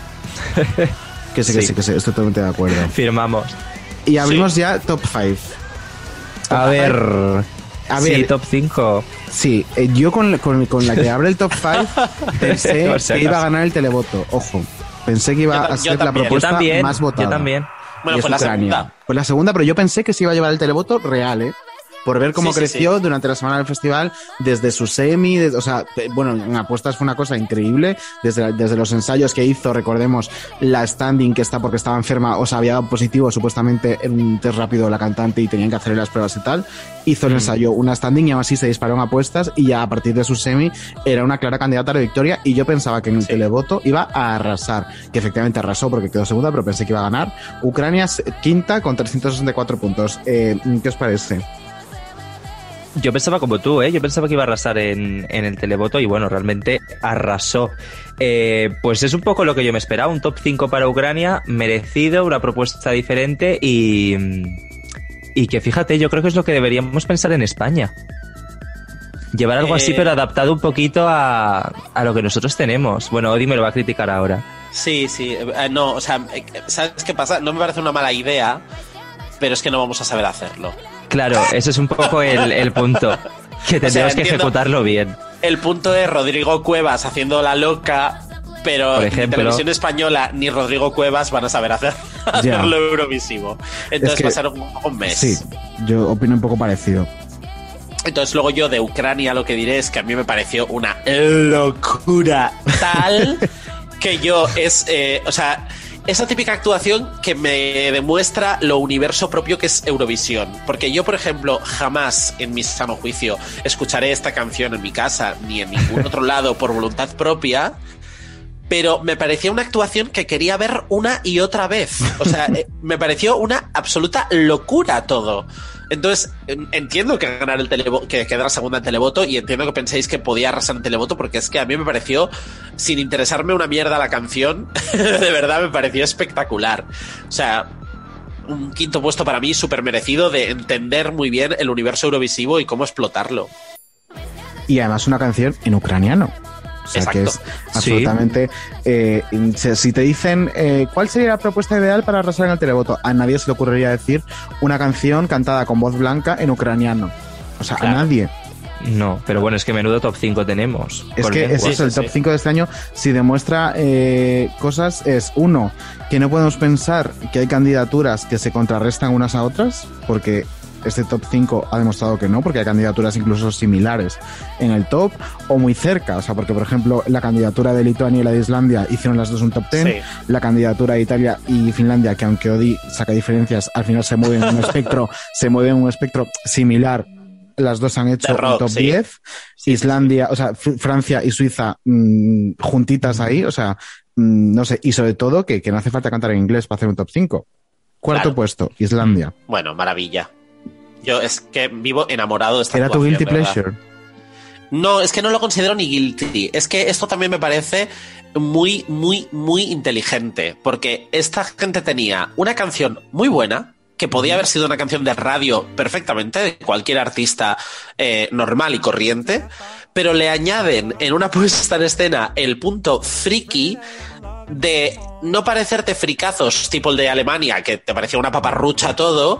Que sí, estoy totalmente de acuerdo. Firmamos. Y abrimos ya top 5. A ver, sí, top 5. Sí, yo con la que abre el top 5 pensé que iba a ganar el televoto. Ojo, pensé que iba a ser la propuesta más votada. Yo también. Bueno, fue la segunda. Pues la segunda, pero yo pensé que se iba a llevar el televoto real, por ver cómo creció durante la semana del festival, desde su semi, o sea, bueno, en apuestas fue una cosa increíble, desde los ensayos que hizo, recordemos, la standing que está porque estaba enferma, o sea, había dado positivo supuestamente en un test rápido la cantante y tenían que hacer las pruebas y tal, hizo el ensayo, una standing y aún así se disparó en apuestas y ya a partir de su semi era una clara candidata a la victoria y yo pensaba que en el televoto iba a arrasar, que efectivamente arrasó porque quedó segunda, pero pensé que iba a ganar. Ucrania quinta con 364 puntos. ¿Qué os parece? Yo pensaba como tú, yo pensaba que iba a arrasar en el televoto y bueno, realmente arrasó. Pues es un poco lo que yo me esperaba, un top 5 para Ucrania, merecido, una propuesta diferente y que fíjate, yo creo que es lo que deberíamos pensar en España. Llevar algo así, pero adaptado un poquito a lo que nosotros tenemos. Bueno, Odi me lo va a criticar ahora. Sí, no, o sea, ¿sabes qué pasa? No me parece una mala idea, pero es que no vamos a saber hacerlo. Claro, ese es un poco el punto, que tendríamos que ejecutarlo bien. El punto es Rodrigo Cuevas haciendo la loca, pero en televisión española ni Rodrigo Cuevas van a saber hacerlo eurovisivo. Entonces pasaron un mes. Sí, yo opino un poco parecido. Entonces luego yo de Ucrania lo que diré es que a mí me pareció una locura tal que yo o sea... Esa típica actuación que me demuestra lo universo propio que es Eurovisión. Porque yo, por ejemplo, jamás en mi sano juicio escucharé esta canción en mi casa ni en ningún otro lado por voluntad propia, pero me parecía una actuación que quería ver una y otra vez. O sea, me pareció una absoluta locura todo. Entonces, entiendo que ganar que quedara segunda en televoto y entiendo que penséis que podía arrasar en televoto porque es que a mí me pareció, sin interesarme una mierda la canción, de verdad me pareció espectacular. O sea, un quinto puesto para mí súper merecido de entender muy bien el universo eurovisivo y cómo explotarlo. y además una canción en ucraniano. O sea, exacto. que es absolutamente... si te dicen ¿cuál sería la propuesta ideal para arrasar en el televoto? A nadie se le ocurriría decir una canción cantada con voz blanca en ucraniano. O sea, claro. A nadie. No, pero bueno, es que menudo top 5 tenemos. Es que es eso, el top 5 de este año, si demuestra cosas, es uno, que no podemos pensar que hay candidaturas que se contrarrestan unas a otras, porque este top 5 ha demostrado que no, porque hay candidaturas incluso similares en el top o muy cerca. O sea, porque por ejemplo la candidatura de Lituania y la de Islandia hicieron las dos un top 10, sí. La candidatura de Italia y Finlandia, que aunque Odi saca diferencias, al final se mueven en un espectro similar. Las dos han hecho un top 10. Sí, Islandia, o sea, Francia y Suiza juntitas ahí, o sea, no sé, y sobre todo que no hace falta cantar en inglés para hacer un top 5. Cuarto puesto, Islandia. Bueno, maravilla. Yo es que vivo enamorado de esta ¿Era tu guilty pleasure? No, es que no lo considero ni guilty. Es que esto también me parece muy, muy, muy inteligente. Porque esta gente tenía una canción muy buena, que podía haber sido una canción de radio perfectamente, de cualquier artista normal y corriente, pero le añaden en una puesta en escena el punto friki de no parecerte fricazos tipo el de Alemania, que te parecía una paparrucha todo,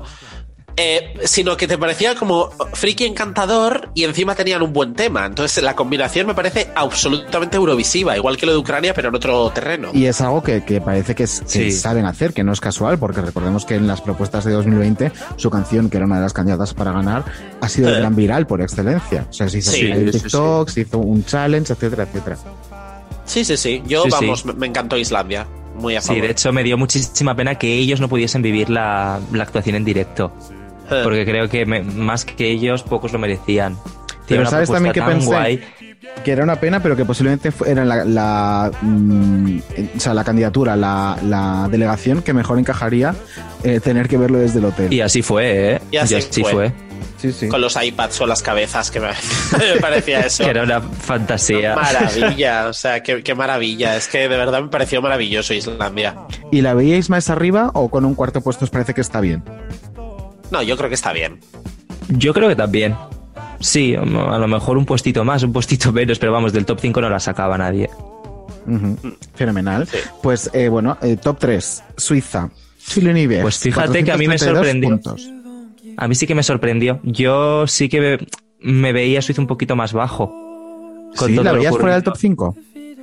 sino que te parecía como friki encantador y encima tenían un buen tema. Entonces la combinación me parece absolutamente eurovisiva, igual que lo de Ucrania, pero en otro terreno. Y es algo que parece que saben hacer, que no es casual, porque recordemos que en las propuestas de 2020 su canción, que era una de las candidatas para ganar, ha sido el gran viral por excelencia. O sea, se hizo TikTok, se hizo un challenge, etcétera, etcétera. Sí. Yo, me encantó Islandia. Muy a favor. Sí, de hecho me dio muchísima pena que ellos no pudiesen vivir la actuación en directo. Porque creo que más que ellos, pocos lo merecían. Pero ¿sabes también que pensé? Guay. Que era una pena, pero que posiblemente era la candidatura, la delegación que mejor encajaría tener que verlo desde el hotel. Y así fue, ¿eh? Y así fue. Sí. Con los iPads o las cabezas, que me parecía eso. Que era una fantasía. Maravilla, o sea, qué maravilla. Es que de verdad me pareció maravilloso Islandia. ¿Y la veíais más arriba o con un cuarto puesto os parece que está bien? No, yo creo que está bien. Yo creo que también. Sí, a lo mejor un puestito más, un puestito menos, pero vamos, del top 5 no la sacaba nadie. Fenomenal. Sí. Pues top 3, Suiza. Pues fíjate que a mí me sorprendió. Puntos. A mí sí que me sorprendió. Yo sí que me veía Suiza un poquito más bajo. ¿Sí? ¿La veías fuera del top 5?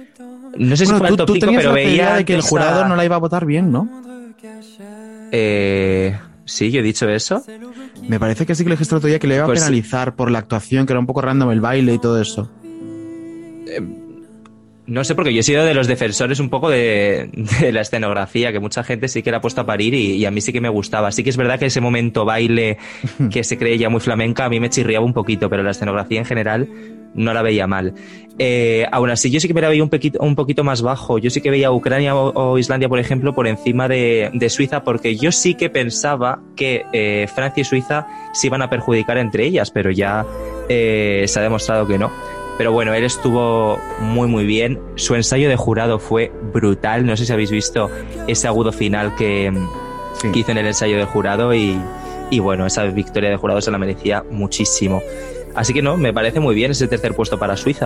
No sé si fuera del top 5, pero veía de que el jurado no la iba a votar bien, ¿no? Sí, yo he dicho eso. Me parece que sí que le dijiste el otro día que le iba a penalizar por la actuación, que era un poco random el baile y todo eso. No sé, porque yo he sido de los defensores un poco de la escenografía, que mucha gente sí que la ha puesto a parir y a mí sí que me gustaba. Sí que es verdad que ese momento baile que se creía muy flamenca a mí me chirriaba un poquito, pero la escenografía en general no la veía mal. Aún así, yo sí que me la veía un poquito más bajo. Yo sí que veía Ucrania o Islandia, por ejemplo, por encima de Suiza, porque yo sí que pensaba que Francia y Suiza se iban a perjudicar entre ellas, pero ya se ha demostrado que no. Pero bueno, él estuvo muy muy bien. Su ensayo de jurado fue brutal. No sé si habéis visto ese agudo final que hizo en el ensayo de jurado y bueno, esa victoria de jurado se la merecía muchísimo. Así que no, me parece muy bien ese tercer puesto para Suiza.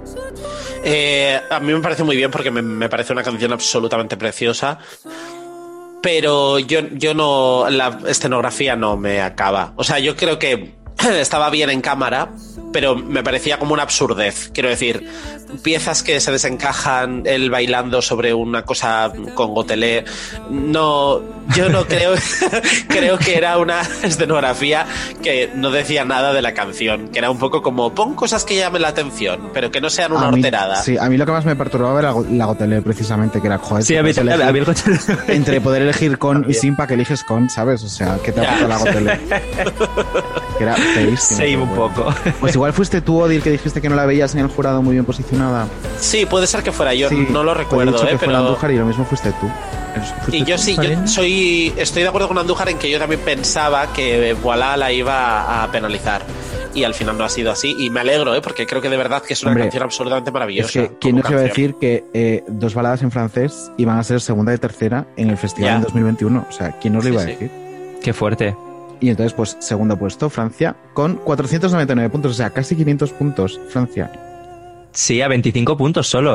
A mí me parece muy bien porque me parece una canción absolutamente preciosa. Pero yo no, la escenografía no me acaba. O sea, yo creo que estaba bien en cámara, pero me parecía como una absurdez. Quiero decir, piezas que se desencajan, él bailando sobre una cosa con gotelé. No, yo no creo. Creo que era una escenografía que no decía nada de la canción, que era un poco como pon cosas que llamen la atención, pero que no sean una horterada. Sí, a mí lo que más me perturbaba era la gotelé, precisamente, que era joder. Sí, a mí el gotelé. Entre poder elegir con y sin, para que eliges con, ¿sabes? O sea, ¿qué te ha puesto la gotelé? Que era feísimo. Sí, un poco. Pues igual fuiste tú, Odil, que dijiste que no la veías en el jurado muy bien posicionada. Sí, puede ser que fuera yo, sí, no lo recuerdo, que pero fuera Andújar y lo mismo fuiste tú. Y yo sí, estoy de acuerdo con Andújar en que yo también pensaba que Voilà la iba a penalizar. Y al final no ha sido así. Y me alegro, porque creo que de verdad que es una canción absolutamente maravillosa. Es que, ¿quién no se iba a decir que dos baladas en francés iban a ser segunda y tercera en el festival en 2021? O sea, ¿quién nos lo iba a decir? Qué fuerte. Y entonces, pues, segundo puesto, Francia, con 499 puntos, o sea, casi 500 puntos, Francia. Sí, a 25 puntos solo,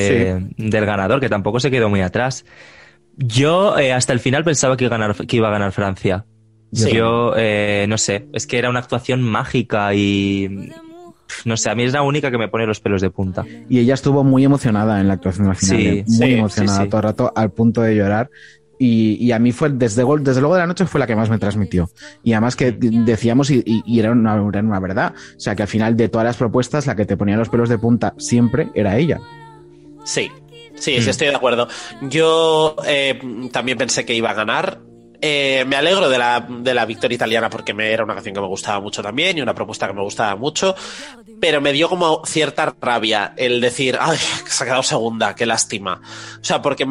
del ganador, que tampoco se quedó muy atrás. Yo hasta el final pensaba que iba a ganar Francia. Sí. Yo no sé, es que era una actuación mágica y... No sé, a mí es la única que me pone los pelos de punta. Y ella estuvo muy emocionada en la actuación al final, muy emocionada todo el rato, al punto de llorar. Y a mí fue, desde luego de la noche fue la que más me transmitió. Y además que decíamos, y era una verdad, o sea, que al final de todas las propuestas, la que te ponía los pelos de punta siempre era ella. Sí, estoy de acuerdo. Yo también pensé que iba a ganar. Me alegro de la victoria italiana porque era una canción que me gustaba mucho también y una propuesta que me gustaba mucho, pero me dio como cierta rabia el decir, ay, que se ha quedado segunda, qué lástima. O sea, porque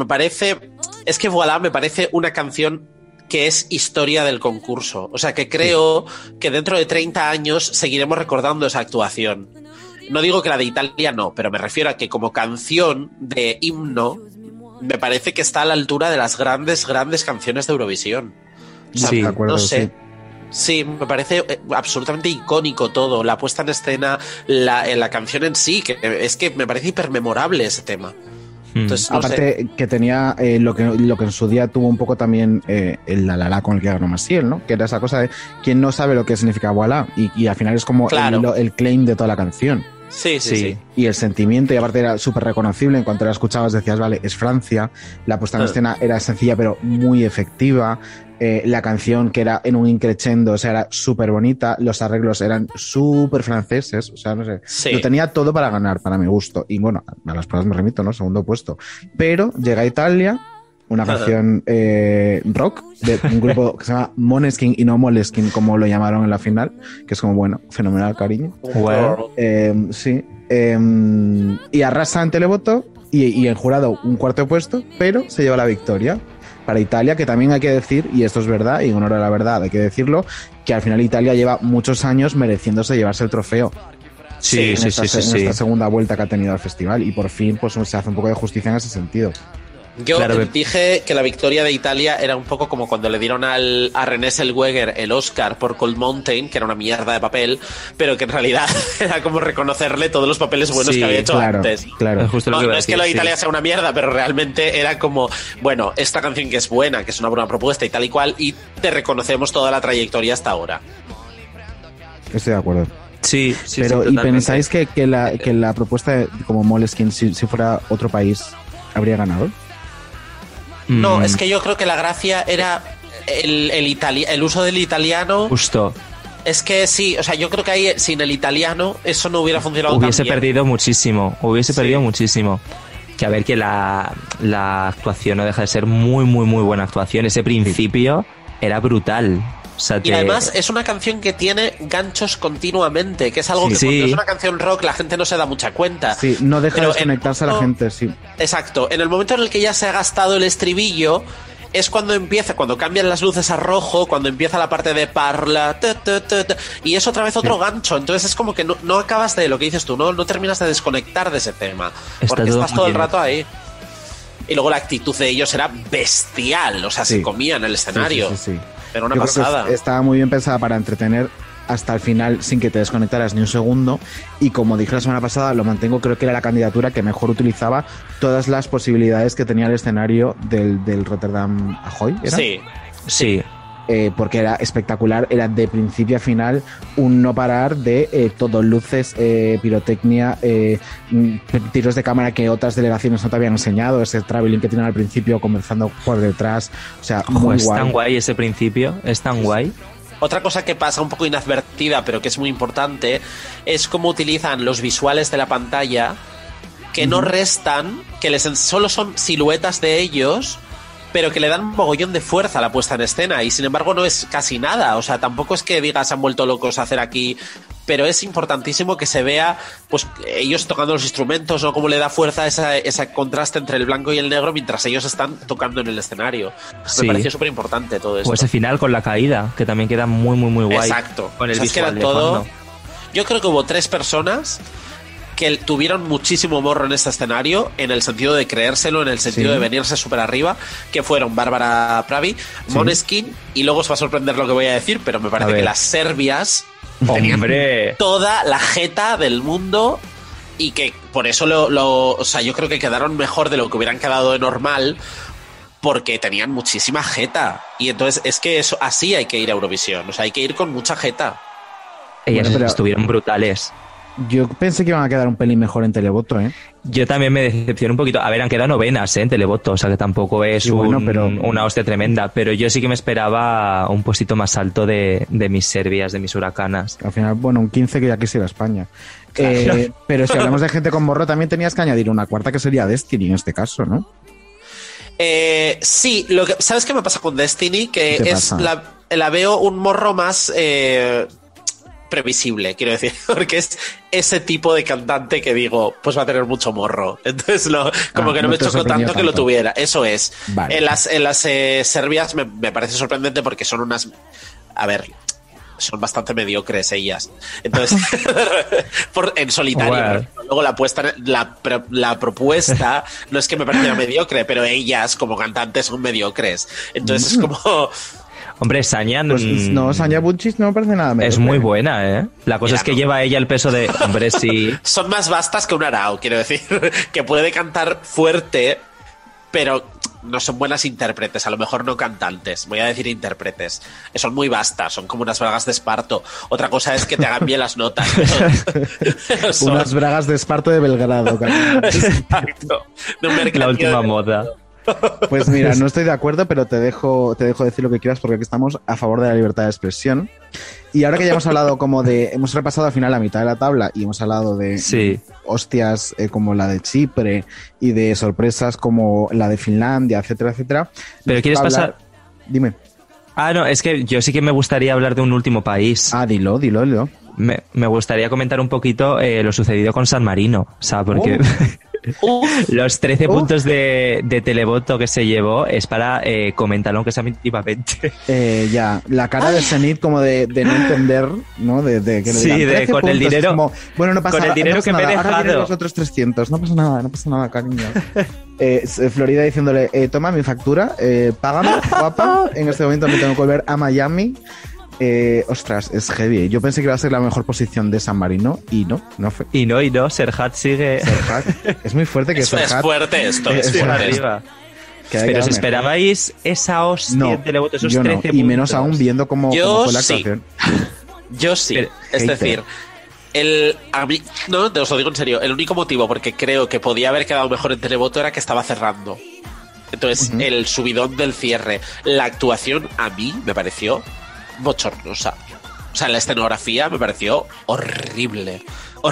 es que Voilà me parece una canción que es historia del concurso. O sea, que creo que dentro de 30 años seguiremos recordando esa actuación. No digo que la de Italia no, pero me refiero a que como canción de himno me parece que está a la altura de las grandes canciones de Eurovisión. O sea, de acuerdo, no sé. Sí, me parece absolutamente icónico todo. La puesta en escena, la canción en sí, que es que me parece hipermemorable ese tema. Entonces, aparte que tenía lo que en su día tuvo un poco también el la con el que ganó Maciel, ¿no? Que era esa cosa de quien no sabe lo que significa Voilà y al final es como el claim de toda la canción. Sí. Y el sentimiento, y aparte era súper reconocible, en cuanto la escuchabas decías, vale, es Francia, la puesta en escena era sencilla pero muy efectiva, la canción que era en un increchendo, o sea, era súper bonita, los arreglos eran súper franceses, o sea, no sé, lo tenía todo para ganar, para mi gusto, y bueno, a las pruebas me remito, ¿no? Segundo puesto, pero llega a Italia, una canción rock de un grupo que se llama Måneskin y no Moleskine, como lo llamaron en la final, que es como, bueno, fenomenal, cariño. Wow. Sí. Y arrasa en televoto y en jurado un cuarto puesto, pero se lleva la victoria para Italia, que también hay que decir, y esto es verdad, y en honor a la verdad hay que decirlo, que al final Italia lleva muchos años mereciéndose llevarse el trofeo. Sí. En esta segunda vuelta que ha tenido el festival, y por fin pues se hace un poco de justicia en ese sentido. Yo dije que la victoria de Italia era un poco como cuando le dieron a René Zellweger el Oscar por Cold Mountain, que era una mierda de papel, pero que en realidad era como reconocerle todos los papeles buenos que había hecho antes. Claro. No es que lo de Italia sea una mierda, pero realmente era como, bueno, esta canción que es buena, que es una buena propuesta y tal y cual, y te reconocemos toda la trayectoria hasta ahora. Estoy de acuerdo. Sí, pero ¿y pensáis que la propuesta como Måneskin, si fuera otro país, habría ganado? No, es que yo creo que la gracia era el uso del italiano. Justo. Es que sí, o sea, yo creo que ahí sin el italiano eso no hubiera funcionado tan bien. Hubiese perdido muchísimo. Que a ver, que la actuación no deja de ser muy, muy, muy buena actuación. Ese principio era brutal. O sea, y además es una canción que tiene ganchos continuamente, que es algo que cuando es una canción rock la gente no se da mucha cuenta. Sí, no deja de desconectarse a la gente, sí. Exacto. En el momento en el que ya se ha gastado el estribillo, es cuando cambian las luces a rojo, cuando empieza la parte de parla, y es otra vez otro gancho. Entonces es como que no acabas de lo que dices tú, no terminas de desconectar de ese tema. Porque estás todo el rato ahí. Y luego la actitud de ellos era bestial, o sea, se comían el escenario. Sí. Era una pasada. Estaba muy bien pensada para entretener hasta el final sin que te desconectaras ni un segundo, y como dije la semana pasada, lo mantengo, creo que era la candidatura que mejor utilizaba todas las posibilidades que tenía el escenario del Rotterdam Ahoy, ¿era? Sí. Porque era espectacular, era de principio a final un no parar de todo, luces, pirotecnia, tiros de cámara que otras delegaciones no te habían enseñado, ese traveling que tienen al principio conversando por detrás, o sea, muy es guay. Tan guay ese principio, es tan guay. Otra cosa que pasa un poco inadvertida, pero que es muy importante, es cómo utilizan los visuales de la pantalla, que no restan, que solo son siluetas de ellos, pero que le dan un mogollón de fuerza a la puesta en escena, y sin embargo no es casi nada. O sea, tampoco es que digas han vuelto locos a hacer aquí, pero es importantísimo que se vea pues ellos tocando los instrumentos, o cómo le da fuerza ese contraste entre el blanco y el negro mientras ellos están tocando en el escenario. Me pareció súper importante todo esto. O ese final con la caída, que también queda muy, muy, muy guay. Exacto. Con el visual de todo. fondo. Yo creo que hubo 3 personas que tuvieron muchísimo morro en este escenario, en el sentido de creérselo, en el sentido de venirse súper arriba, que fueron Bárbara Pravi, Måneskin, y luego os va a sorprender lo que voy a decir, pero me parece que las serbias tenían toda la jeta del mundo y que por eso o sea, yo creo que quedaron mejor de lo que hubieran quedado de normal, porque tenían muchísima jeta. Y entonces es que eso, así hay que ir a Eurovisión, o sea, hay que ir con mucha jeta. Ellas estuvieron brutales. Yo pensé que iban a quedar un pelín mejor en televoto, ¿eh? Yo también me decepcioné un poquito. A ver, han quedado novenas en televoto, o sea que tampoco es una hostia tremenda, pero yo sí que me esperaba un puestito más alto de mis serbias, de mis huracanas. Al final, bueno, un 15 que ya quisiera España. Claro. Pero si hablamos de gente con morro, también tenías que añadir una cuarta que sería Destiny en este caso, ¿no? Sí, ¿sabes qué me pasa con Destiny? Que es la veo un morro más previsible, quiero decir, porque es ese tipo de cantante que digo, pues va a tener mucho morro. Entonces, como que no me chocó tanto que lo tuviera. Eso es. Vale. En las serbias me parece sorprendente porque son unas... A ver, son bastante mediocres ellas. Entonces, en solitario. Luego la propuesta no es que me pareciera mediocre, pero ellas como cantantes son mediocres. Entonces es como... Hombre, Sanya... Pues no, Sanya Bunchis no me parece nada mediocre. Es muy buena, ¿eh? La cosa es que lleva ella el peso de... Hombre, sí. Son más vastas que un arao, quiero decir. Que puede cantar fuerte, pero... no son buenas intérpretes, a lo mejor no cantantes, voy a decir intérpretes. Son muy vastas, son como unas bragas de esparto. Otra cosa es que te hagan bien las notas. Unas bragas de esparto de Belgrado. Exacto. La última moda. Pues mira, no estoy de acuerdo, pero te dejo decir lo que quieras porque aquí estamos a favor de la libertad de expresión. Y ahora que ya hemos hablado hemos repasado al final la mitad de la tabla y hemos hablado de hostias como la de Chipre y de sorpresas como la de Finlandia, etcétera, etcétera. ¿Pero quieres pasar? Dime. No, es que yo sí que me gustaría hablar de un último país. Dilo. Me gustaría comentar un poquito lo sucedido con San Marino, o sea, porque... Los 13 puntos de televoto que se llevó es para comentarlo aunque sea mínimamente. Ya, la cara de Zenit como de no entender, ¿no? De que sí, con el dinero. Como, bueno, no pasa con el dinero no que nada. me he dejado. Ahora vienen los otros 300, no pasa nada, cariño. Florida diciéndole, toma mi factura, págame, guapa. En este momento me tengo que volver a Miami. Ostras, es heavy. Yo pensé que iba a ser la mejor posición de San Marino y no fue. Y no, Serhat sigue. Serhat. Es muy fuerte que Serhat. Es fuerte esto, es fuerte. Arriba. Pero si esperabais esa hostia de televoto, esos 13 puntos. Y menos aún viendo cómo fue la actuación. Yo sí. Es decir, a mí, no, te os lo digo en serio, el único motivo porque creo que podía haber quedado mejor en televoto era que estaba cerrando. Entonces, el subidón del cierre, la actuación a mí me pareció bochornosa. O sea, la escenografía me pareció horrible.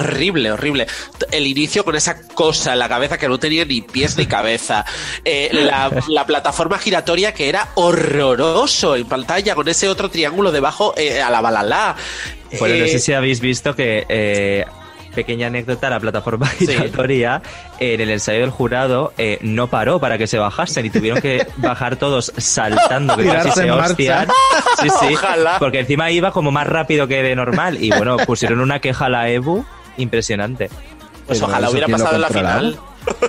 El inicio con esa cosa en la cabeza que no tenía ni pies ni cabeza. La plataforma giratoria que era horroroso en pantalla con ese otro triángulo debajo a la balala. Bueno, no sé si habéis visto que... pequeña anécdota, la plataforma giratoria en el ensayo del jurado no paró para que se bajasen y tuvieron que bajar todos saltando que casi se hostian. Sí, ojalá. Porque encima iba como más rápido que de normal y bueno, pusieron una queja a la EBU impresionante. Pues ojalá hubiera pasado en la final.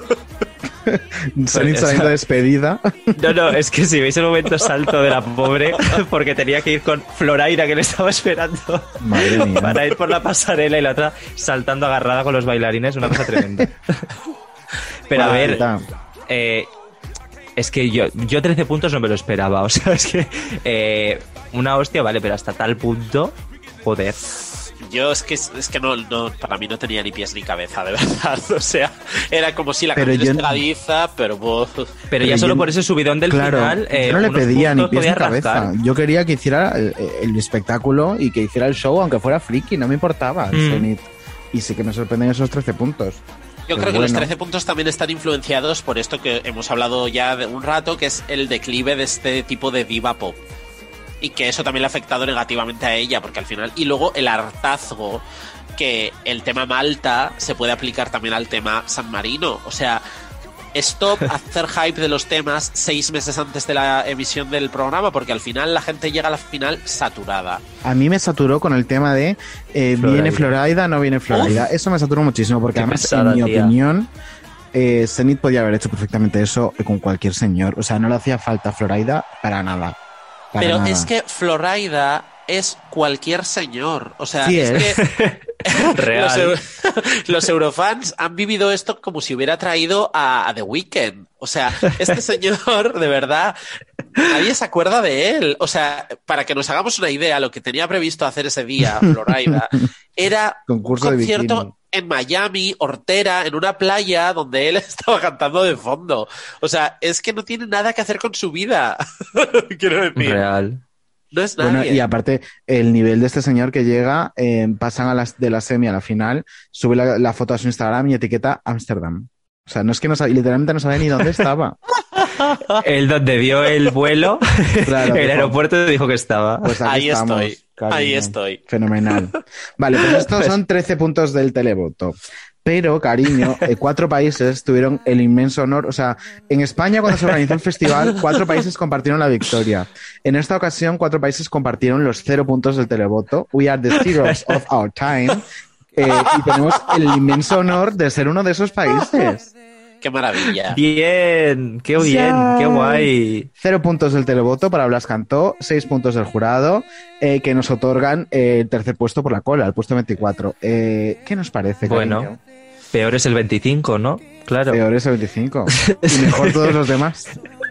Saliendo despedida. No, es que si veis el momento salto de la pobre, porque tenía que ir con Floraira que le estaba esperando. Madre mía. Para ir por la pasarela y la otra saltando agarrada con los bailarines, una cosa tremenda. Pero a ver, es que yo 13 puntos no me lo esperaba, o sea, es que una hostia, vale, pero hasta tal punto, joder. Yo es que no, para mí no tenía ni pies ni cabeza, de verdad. O sea, era como si la canción es pegadiza, pero ya solo por ese subidón del final. Yo no le pedía ni pies ni cabeza. Yo quería que hiciera el espectáculo y que hiciera el show, aunque fuera friki, no me importaba. Y sí que me sorprenden esos 13 puntos. Yo creo que los 13 puntos también están influenciados por esto que hemos hablado ya de un rato, que es el declive de este tipo de diva pop. Y que eso también le ha afectado negativamente a ella, porque al final... Y luego el hartazgo, que el tema Malta se puede aplicar también al tema San Marino. O sea, stop hacer hype de los temas 6 meses antes de la emisión del programa, porque al final la gente llega a la final saturada. A mí me saturó con el tema de viene Florida, no viene Florida. Eso me saturó muchísimo, porque además, pesada, en mi tía. opinión, Zenith podía haber hecho perfectamente eso con cualquier señor. O sea, no le hacía falta Florida para nada. Pero nada. es que Florida es cualquier señor. O sea, Sí, es que Real. los eurofans han vivido esto como si hubiera traído a The Weeknd. O sea, este señor, de verdad, nadie se acuerda de él. O sea, para que nos hagamos una idea, lo que tenía previsto hacer ese día, Florida, era Concurso un de concierto bikini. en Miami, Hortera, en una playa donde él estaba cantando de fondo. O sea, es que no tiene nada que hacer con su vida. Quiero decir, Real. no es nadie. Bueno, y aparte, el nivel de este señor que llega, pasan de la semi a la final, sube la foto a su Instagram y etiqueta Ámsterdam. O sea, no es que literalmente no sabe ni dónde estaba. Él donde vio el vuelo, Claro, el dijo, aeropuerto dijo que estaba. pues aquí Ahí estamos, estoy, cariño. ahí estoy. Fenomenal. Vale, pues estos son 13 puntos del televoto. Pero, cariño, 4 países tuvieron el inmenso honor. O sea, en España, cuando se organizó el festival, 4 países compartieron la victoria. En esta ocasión, 4 países compartieron los 0 puntos del televoto. We are the heroes of our time. Y tenemos el inmenso honor de ser uno de esos países. Qué maravilla. Bien, qué bien, qué guay. 0 puntos del televoto para Blas Cantó, 6 puntos del jurado, que nos otorgan el tercer puesto por la cola, el puesto 24. ¿Qué nos parece, cariño? Bueno, peor es el 25, ¿no? Claro. Peor es el 25. Y mejor todos los demás.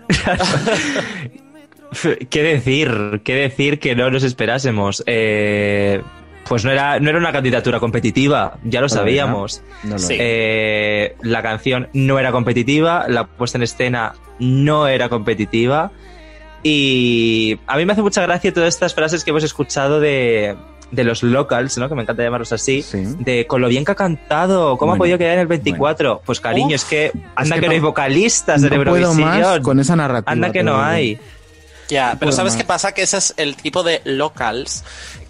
¿Qué decir que no nos esperásemos? Pues no era una candidatura competitiva, ya lo sabíamos. No lo Sí. es. La canción no era competitiva, la puesta en escena no era competitiva. Y a mí me hace mucha gracia todas estas frases que hemos escuchado de los locals, ¿no? Que me encanta llamarlos así. Sí. De con lo bien que ha cantado, ¿cómo ha Bueno, podido quedar en el 24? Pues cariño, es que anda que no hay vocalistas en No puedo Eurovisión. más con esa narrativa. Anda que te no digo. hay. Ya, pero puedo ¿sabes más. qué pasa? Que ese es el tipo de locals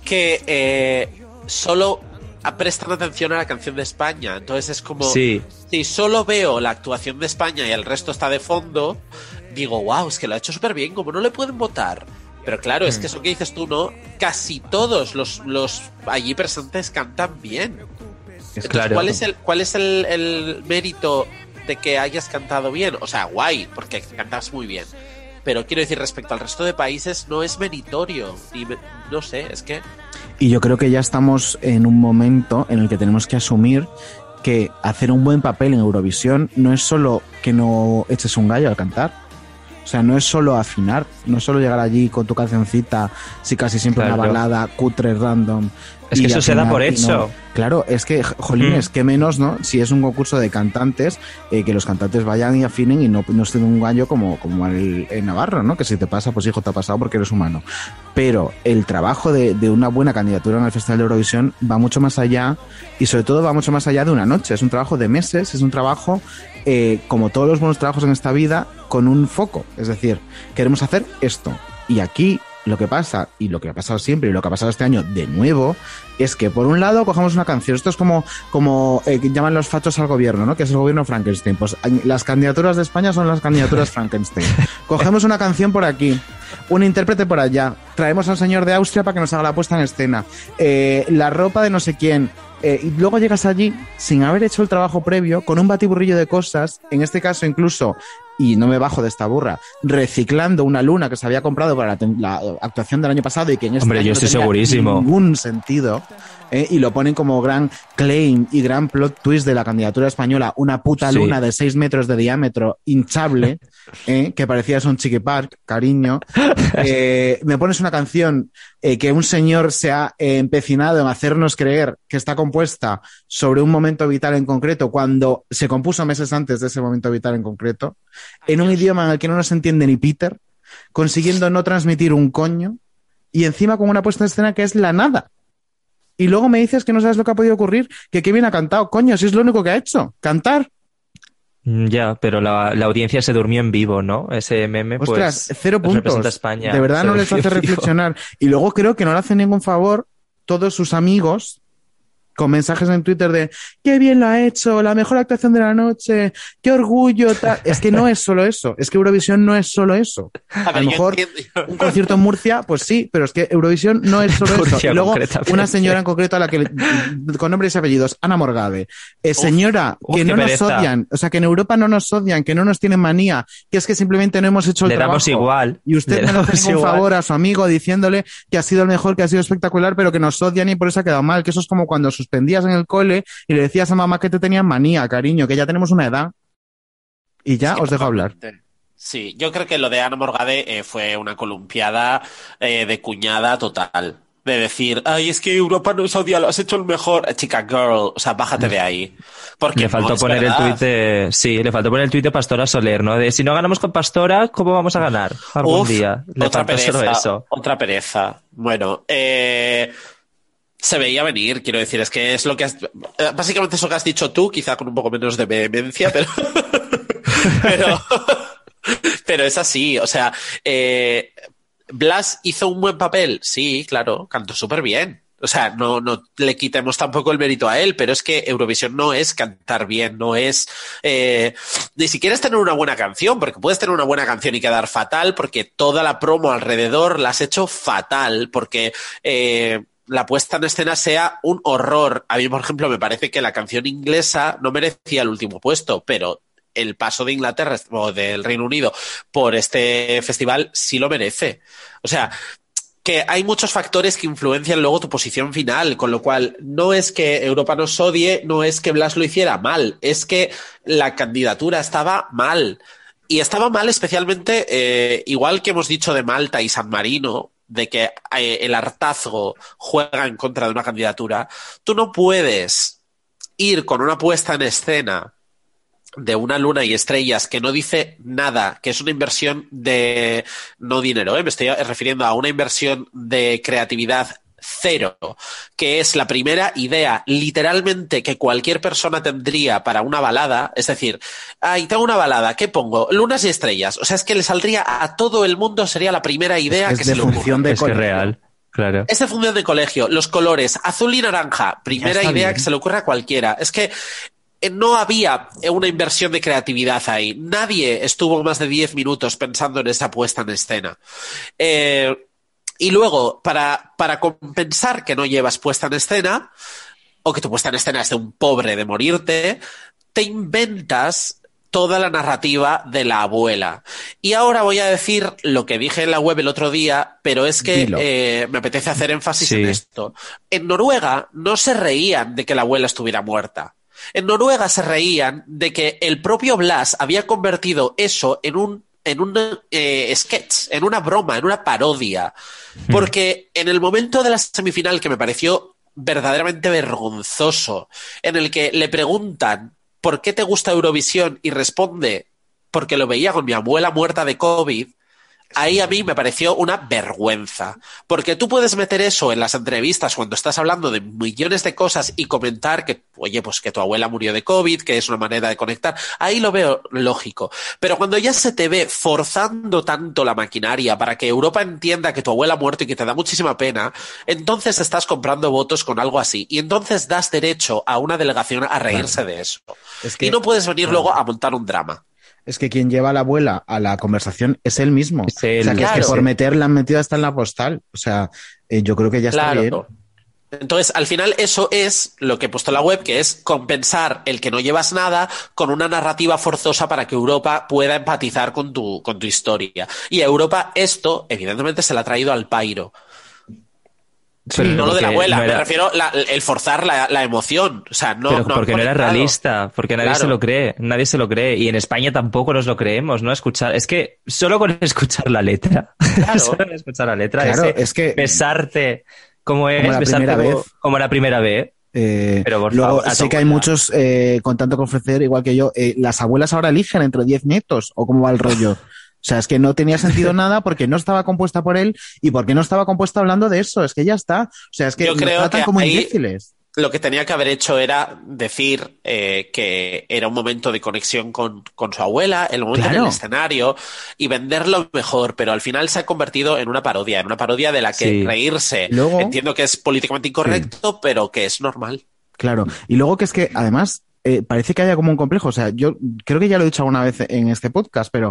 que solo prestan atención a la canción de España. Entonces es como, Sí. si solo veo la actuación de España y el resto está de fondo, digo, wow, es que lo ha hecho súper bien, ¿cómo no le pueden votar? Pero claro, es que eso que dices tú, ¿no? Casi todos los allí presentes cantan bien. Entonces, Claro. ¿cuál es el mérito de que hayas cantado bien? O sea, guay, porque cantas muy bien. Pero quiero decir, respecto al resto de países, no es meritorio. No sé, es que... Y yo creo que ya estamos en un momento en el que tenemos que asumir que hacer un buen papel en Eurovisión no es solo que no eches un gallo al cantar. O sea, no es solo afinar, no es solo llegar allí con tu cancioncita, si casi siempre Claro. una balada cutre, random. Es que y eso se da afinar por y hecho. no. Claro, es que, jolines, qué menos, ¿no? Si es un concurso de cantantes, que los cantantes vayan y afinen y no estén un gallo como el Navarro, ¿no? Que si te pasa, pues hijo, te ha pasado porque eres humano. Pero el trabajo de una buena candidatura en el Festival de Eurovisión va mucho más allá y sobre todo va mucho más allá de una noche. Es un trabajo de meses, es un trabajo, como todos los buenos trabajos en esta vida, con un foco. Es decir, queremos hacer esto. Y aquí lo que pasa, y lo que ha pasado siempre y lo que ha pasado este año de nuevo, es que por un lado cogemos una canción. Esto es como llaman los fachos al gobierno, ¿no? Que es el gobierno Frankenstein. Pues las candidaturas de España son las candidaturas Frankenstein. Cogemos una canción por aquí, un intérprete por allá, traemos al señor de Austria para que nos haga la puesta en escena, la ropa de no sé quién, y luego llegas allí sin haber hecho el trabajo previo, con un batiburrillo de cosas, en este caso incluso, y no me bajo de esta burra, reciclando una luna que se había comprado para la actuación del año pasado y que en este Hombre, año yo no estoy tenía segurísimo. ningún sentido, y lo ponen como gran claim y gran plot twist de la candidatura española, una puta Sí. luna de 6 metros de diámetro, hinchable, que parecía un Chiqui Park, cariño. Me pones una canción que un señor se ha empecinado en hacernos creer que está compuesta sobre un momento vital en concreto, cuando se compuso meses antes de ese momento vital en concreto, en un idioma en el que no nos entiende ni Peter, consiguiendo no transmitir un coño, y encima con una puesta en escena que es la nada. Y luego me dices que no sabes lo que ha podido ocurrir, que qué bien ha cantado. Coño, si es lo único que ha hecho, cantar. Ya, pero la audiencia se durmió en vivo, ¿no? Ese meme, pues... Ostras, 0 representa puntos. a España. De verdad Se no les hace durmió en vivo. reflexionar. Y luego creo que no le hacen ningún favor todos sus amigos con mensajes en Twitter de qué bien lo ha hecho, la mejor actuación de la noche, qué orgullo, tal. Es que no es solo eso, es que Eurovisión no es solo eso. A lo mejor un concierto en Murcia, pues sí, pero es que Eurovisión no es solo eso. Y luego una señora en concreto a la que con nombres y apellidos, Ana Morgade, señora, que no nos odian, o sea, que en Europa no nos odian, que no nos tienen manía, que es que simplemente no hemos hecho el trabajo. Le damos igual. Y usted me hace un favor a su amigo diciéndole que ha sido el mejor, que ha sido espectacular, pero que nos odian y por eso ha quedado mal, que eso es como cuando suspendías en el cole y le decías a mamá que te tenían manía, cariño, que ya tenemos una edad. Y ya os dejo hablar. Sí, yo creo que lo de Ana Morgade fue una columpiada de cuñada total. De decir, ay, es que Europa nos odia, lo has hecho el mejor. Chica girl, o sea, bájate de ahí. Porque le faltó poner el tuit de... Sí, le faltó poner el tuit de Pastora Soler, ¿no? De si no ganamos con Pastora, ¿cómo vamos a ganar algún día? Otra pereza, otra pereza. Bueno, se veía venir, quiero decir, es que es lo que has... Básicamente eso que has dicho tú, quizá con un poco menos de vehemencia, pero... pero es así, o sea... ¿Blas hizo un buen papel? Sí, claro, cantó súper bien. O sea, no le quitemos tampoco el mérito a él, pero es que Eurovisión no es cantar bien, no es... ni siquiera es tener una buena canción, porque puedes tener una buena canción y quedar fatal, porque toda la promo alrededor la has hecho fatal, porque... la puesta en escena sea un horror. A mí, por ejemplo, me parece que la canción inglesa no merecía el último puesto, pero el paso de Inglaterra o del Reino Unido por este festival sí lo merece. O sea, que hay muchos factores que influencian luego tu posición final, con lo cual no es que Europa nos odie, no es que Blas lo hiciera mal, es que la candidatura estaba mal. Y estaba mal especialmente, igual que hemos dicho de Malta y San Marino, de que el hartazgo juega en contra de una candidatura, tú no puedes ir con una puesta en escena de una luna y estrellas que no dice nada, que es una inversión de... no dinero, me estoy refiriendo a una inversión de creatividad cero, que es la primera idea literalmente que cualquier persona tendría para una balada, es decir, tengo una balada, ¿qué pongo? Lunas y estrellas, o sea, es que le saldría a todo el mundo, sería la primera idea que se le ocurre. Es que es real. Claro. Es de función de colegio, los colores, azul y naranja, primera idea que se le ocurre a cualquiera. Es que no había una inversión de creatividad ahí. Nadie estuvo más de 10 minutos pensando en esa puesta en escena. Y luego, para compensar que no llevas puesta en escena, o que tu puesta en escena es de un pobre de morirte, te inventas toda la narrativa de la abuela. Y ahora voy a decir lo que dije en la web el otro día, pero es que me apetece hacer énfasis en esto. En Noruega no se reían de que la abuela estuviera muerta. En Noruega se reían de que el propio Blas había convertido eso en un sketch, en una broma, en una parodia. Porque en el momento de la semifinal, que me pareció verdaderamente vergonzoso, en el que le preguntan ¿por qué te gusta Eurovisión? Y responde porque lo veía con mi abuela muerta de COVID, ahí a mí me pareció una vergüenza. Porque tú puedes meter eso en las entrevistas cuando estás hablando de millones de cosas y comentar que, oye, pues que tu abuela murió de COVID, que es una manera de conectar. Ahí lo veo lógico. Pero cuando ya se te ve forzando tanto la maquinaria para que Europa entienda que tu abuela ha muerto y que te da muchísima pena, entonces estás comprando votos con algo así. Y entonces das derecho a una delegación a reírse de eso. Y no puedes venir luego a montar un drama. Es que quien lleva a la abuela a la conversación es él mismo. Es él, o sea, que es que por meterla han metido hasta en la postal. O sea, yo creo que ya está bien. Entonces, al final, eso es lo que he puesto en la web, que es compensar el que no llevas nada con una narrativa forzosa para que Europa pueda empatizar con tu historia. Y a Europa esto, evidentemente, se la ha traído al pairo. Sí, no lo de la abuela, me refiero el forzar la emoción. O sea, no. Pero porque no era realista, porque nadie se lo cree, nadie se lo cree. Y en España tampoco nos lo creemos, ¿no? Es que solo con escuchar la letra, solo con escuchar la letra, es que besarte como la primera vez. Pero luego sé que hay muchos con tanto que ofrecer, igual que yo. Las abuelas ahora eligen entre 10 nietos, ¿o cómo va el rollo? O sea, es que no tenía sentido nada porque no estaba compuesta por él y porque no estaba compuesta hablando de eso. Es que ya está. O sea, es que yo creo tratan que como imbéciles. Lo que tenía que haber hecho era decir que era un momento de conexión con su abuela, el momento en el escenario, y venderlo mejor, pero al final se ha convertido en una parodia de la que reírse. Luego, entiendo que es políticamente incorrecto, pero que es normal. Claro, y luego que es que además parece que haya como un complejo, o sea, yo creo que ya lo he dicho alguna vez en este podcast, pero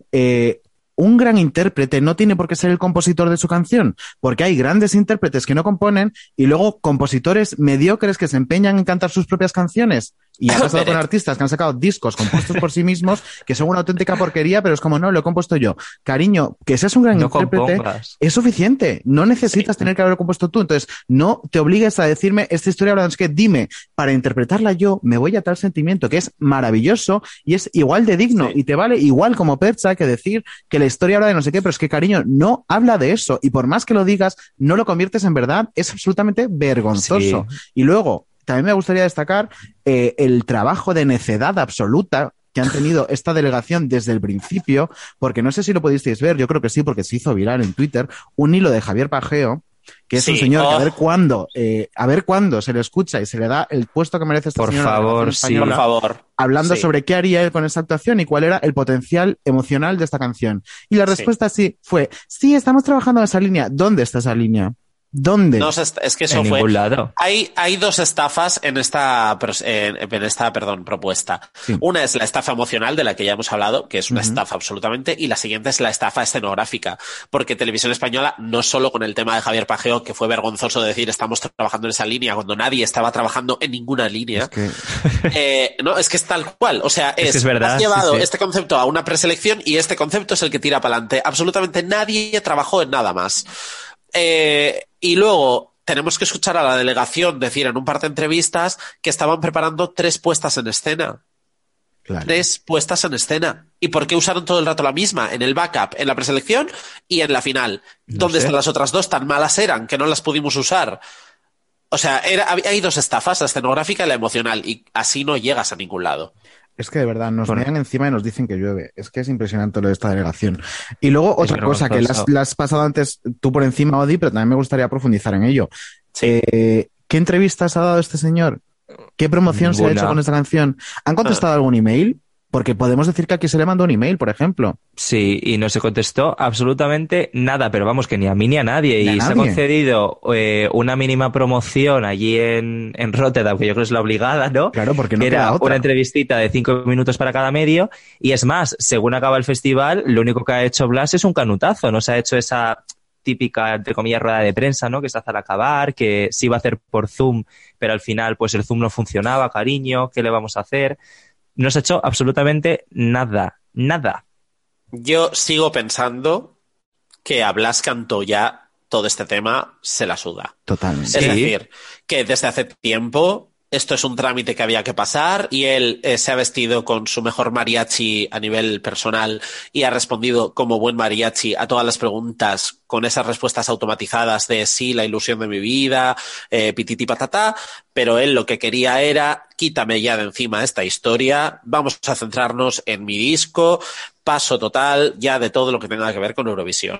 un gran intérprete no tiene por qué ser el compositor de su canción, porque hay grandes intérpretes que no componen y luego compositores mediocres que se empeñan en cantar sus propias canciones. Y ha pasado con artistas que han sacado discos compuestos por sí mismos que son una auténtica porquería, pero es como, no, lo he compuesto yo. Cariño, que seas un gran intérprete es suficiente. No necesitas tener que haberlo compuesto tú. Entonces, no te obligues a decirme esta historia hablando. Es que dime, para interpretarla yo, me voy a tal sentimiento que es maravilloso y es igual de digno y te vale igual como percha que decir que la historia habla de no sé qué, pero es que, cariño, no habla de eso. Y por más que lo digas, no lo conviertes en verdad. Es absolutamente vergonzoso. Y luego, también me gustaría destacar el trabajo de necedad absoluta que han tenido esta delegación desde el principio, porque no sé si lo pudisteis ver, yo creo que sí, porque se hizo viral en Twitter, un hilo de Javier Pajeo, que es un señor que a ver cuándo se le escucha y se le da el puesto que merece este señor. Por favor, hablando sobre qué haría él con esa actuación y cuál era el potencial emocional de esta canción. Y la respuesta fue, sí, estamos trabajando en esa línea. ¿Dónde está esa línea? ¿Dónde? No, es que eso en fue. Ningún lado. Hay dos estafas en esta propuesta. Sí. Una es la estafa emocional, de la que ya hemos hablado, que es una estafa absolutamente, y la siguiente es la estafa escenográfica, porque Televisión Española, no solo con el tema de Javier Pajeo, que fue vergonzoso decir estamos trabajando en esa línea, cuando nadie estaba trabajando en ninguna línea. No, es que es tal cual. O sea, es verdad, has llevado este concepto a una preselección y este concepto es el que tira para adelante. Absolutamente nadie trabajó en nada más. Y luego tenemos que escuchar a la delegación decir en un par de entrevistas que estaban preparando 3 puestas en escena. Claro. 3 puestas en escena. ¿Y por qué usaron todo el rato la misma? En el backup, en la preselección y en la final. ¿Dónde están las otras 2? Tan malas eran que no las pudimos usar. O sea, hay 2 estafas, la escenográfica y la emocional, y así no llegas a ningún lado. Es que de verdad nos miran encima y nos dicen que llueve. Es que es impresionante lo de esta delegación. Y luego otra cosa que la has pasado antes tú por encima, Odi, pero también me gustaría profundizar en ello. Sí. ¿Qué entrevistas ha dado este señor? ¿Qué promoción se ha hecho con esta canción? ¿Han contestado algún email? Porque podemos decir que aquí se le mandó un email, por ejemplo. Sí, y no se contestó absolutamente nada, pero vamos, que ni a mí ni a nadie. Y se ha concedido una mínima promoción allí en Rotterdam, que yo creo que es la obligada, ¿no? Claro, porque no que queda era otra. Una entrevistita de 5 minutos para cada medio. Y es más, según acaba el festival, lo único que ha hecho Blas es un canutazo. No se ha hecho esa típica, entre comillas, rueda de prensa, ¿no? Que se hace al acabar, que se iba a hacer por Zoom, pero al final, pues el Zoom no funcionaba, cariño, ¿qué le vamos a hacer? No se ha hecho absolutamente nada. Yo sigo pensando que a Blas Cantó ya todo este tema se la suda. Totalmente. Es decir, que desde hace tiempo esto es un trámite que había que pasar y él se ha vestido con su mejor mariachi a nivel personal y ha respondido como buen mariachi a todas las preguntas con esas respuestas automatizadas de sí, la ilusión de mi vida, pititi patata, pero él lo que quería era quítame ya de encima esta historia, vamos a centrarnos en mi disco, paso total ya de todo lo que tenga que ver con Eurovisión.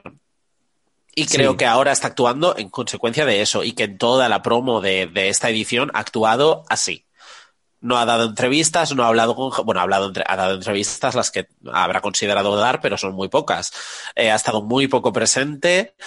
Y creo que ahora está actuando en consecuencia de eso y que en toda la promo de esta edición ha actuado así. No ha dado entrevistas, no ha hablado con... Bueno, ha dado entrevistas las que habrá considerado dar, pero son muy pocas. Ha estado muy poco presente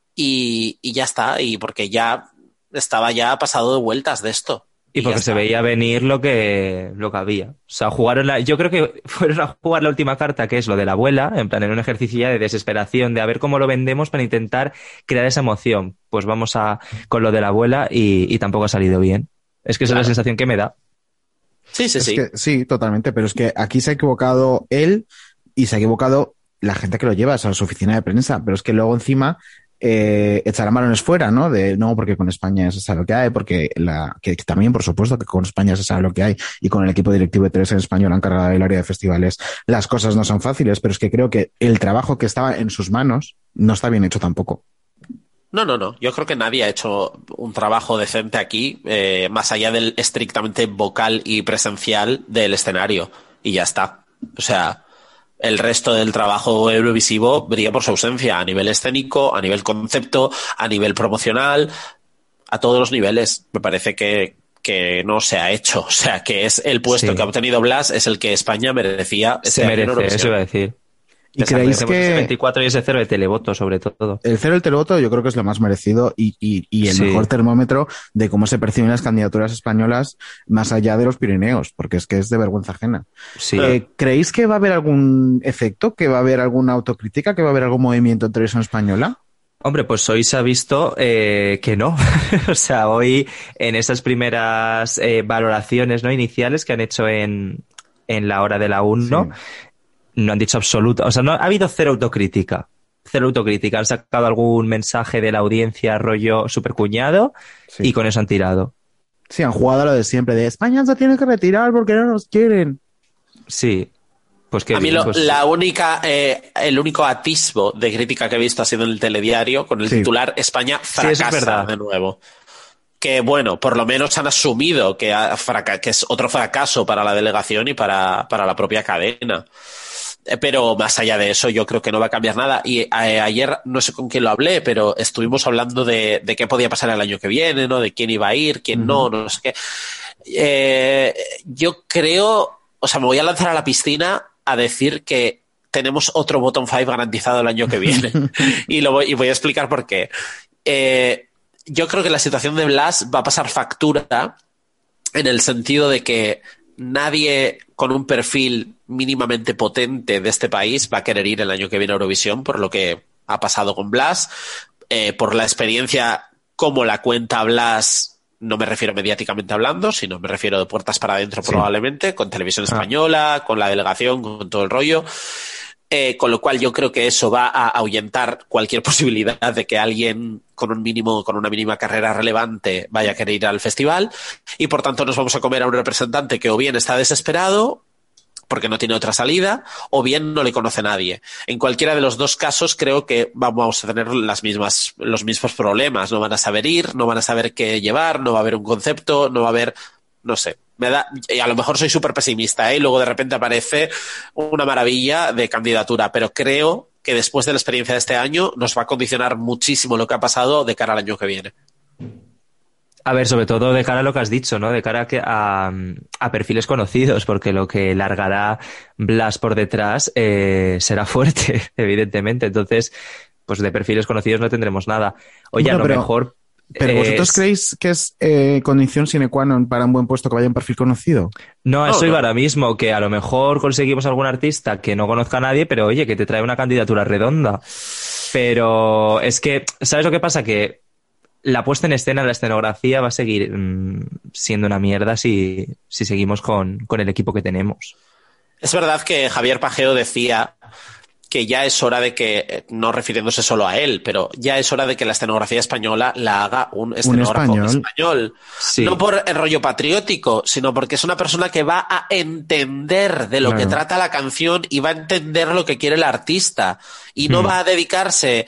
y ya está. Y porque ya estaba ya pasado de vueltas de esto. Y porque se veía venir lo que había. O sea, yo creo que fueron a jugar la última carta, que es lo de la abuela, en plan, en un ejercicio ya de desesperación, de a ver cómo lo vendemos para intentar crear esa emoción. Pues vamos con lo de la abuela y tampoco ha salido bien. Es que esa es la sensación que me da. Sí. Sí, totalmente, pero es que aquí se ha equivocado él y se ha equivocado la gente que lo lleva, o sea, su oficina de prensa, pero es que luego encima... echarán balones fuera, ¿no? Porque con España se sabe lo que hay, porque que también, por supuesto, que con España se sabe lo que hay y con el equipo directivo de Televisión Española encargado del área de festivales, las cosas no son fáciles, pero es que creo que el trabajo que estaba en sus manos no está bien hecho tampoco. No. Yo creo que nadie ha hecho un trabajo decente aquí, más allá del estrictamente vocal y presencial del escenario. Y ya está. O sea... El resto del trabajo eurovisivo brilla por su ausencia a nivel escénico, a nivel concepto, a nivel promocional, a todos los niveles. Me parece que no se ha hecho. O sea, que es el puesto que ha obtenido Blas, es el que España merecía. Se merece, eso iba a decir. ¿Y creéis que ese 24 y ese 0 de televoto, sobre todo? El 0 del televoto yo creo que es lo más merecido y el mejor termómetro de cómo se perciben las candidaturas españolas más allá de los Pirineos, porque es que es de vergüenza ajena. Sí. ¿Creéis que va a haber algún efecto, que va a haber alguna autocrítica, que va a haber algún movimiento en televisión española? Hombre, pues hoy se ha visto que no. O sea, hoy en esas primeras valoraciones, ¿no?, iniciales que han hecho en la hora de la 1, no han dicho absoluto. O sea, no ha habido cero autocrítica. Cero autocrítica. Han sacado algún mensaje de la audiencia rollo supercuñado y con eso han tirado. Sí, han jugado a lo de siempre, de España se tiene que retirar porque no nos quieren. Sí. Pues que a mí el único atisbo de crítica que he visto ha sido en el telediario con el titular España fracasa de nuevo. Que bueno, por lo menos han asumido que es otro fracaso para la delegación y para la propia cadena. Pero más allá de eso, yo creo que no va a cambiar nada. Y ayer, no sé con quién lo hablé, pero estuvimos hablando de qué podía pasar el año que viene, ¿no? De quién iba a ir, quién no sé qué. Yo creo, o sea, me voy a lanzar a la piscina a decir que tenemos otro bottom 5 garantizado el año que viene. y voy a explicar por qué. Yo creo que la situación de Blas va a pasar factura en el sentido de que nadie con un perfil mínimamente potente de este país va a querer ir el año que viene a Eurovisión por lo que ha pasado con Blas, por la experiencia como la cuenta Blas. No me refiero mediáticamente hablando, sino me refiero de puertas para adentro probablemente, con Televisión Española, con la delegación, con todo el rollo. Con lo cual yo creo que eso va a ahuyentar cualquier posibilidad de que alguien con una mínima carrera relevante vaya a querer ir al festival y por tanto nos vamos a comer a un representante que o bien está desesperado porque no tiene otra salida o bien no le conoce nadie. En cualquiera de los dos casos creo que vamos a tener los mismos problemas. No van a saber ir, no van a saber qué llevar, no va a haber un concepto, no va a haber, no sé. Y a lo mejor soy súper pesimista, y luego de repente aparece una maravilla de candidatura, pero creo que después de la experiencia de este año nos va a condicionar muchísimo lo que ha pasado de cara al año que viene. A ver, sobre todo de cara a lo que has dicho, ¿no? De cara a perfiles conocidos, porque lo que largará Blas por detrás será fuerte, evidentemente. Entonces, pues de perfiles conocidos no tendremos nada. Oye, a lo mejor... ¿Pero vosotros creéis que es condición sine qua non para un buen puesto que vaya un perfil conocido? No, eso iba ahora mismo, que a lo mejor conseguimos algún artista que no conozca a nadie, pero oye, que te trae una candidatura redonda. Pero es que, ¿sabes lo que pasa? Que la puesta en escena, la escenografía va a seguir siendo una mierda si seguimos con el equipo que tenemos. Es verdad que Javier Pajeo decía que ya es hora de que, no refiriéndose solo a él, pero ya es hora de que la escenografía española la haga un escenógrafo español. Sí. No por el rollo patriótico, sino porque es una persona que va a entender de lo que trata la canción y va a entender lo que quiere el artista. Y no va a dedicarse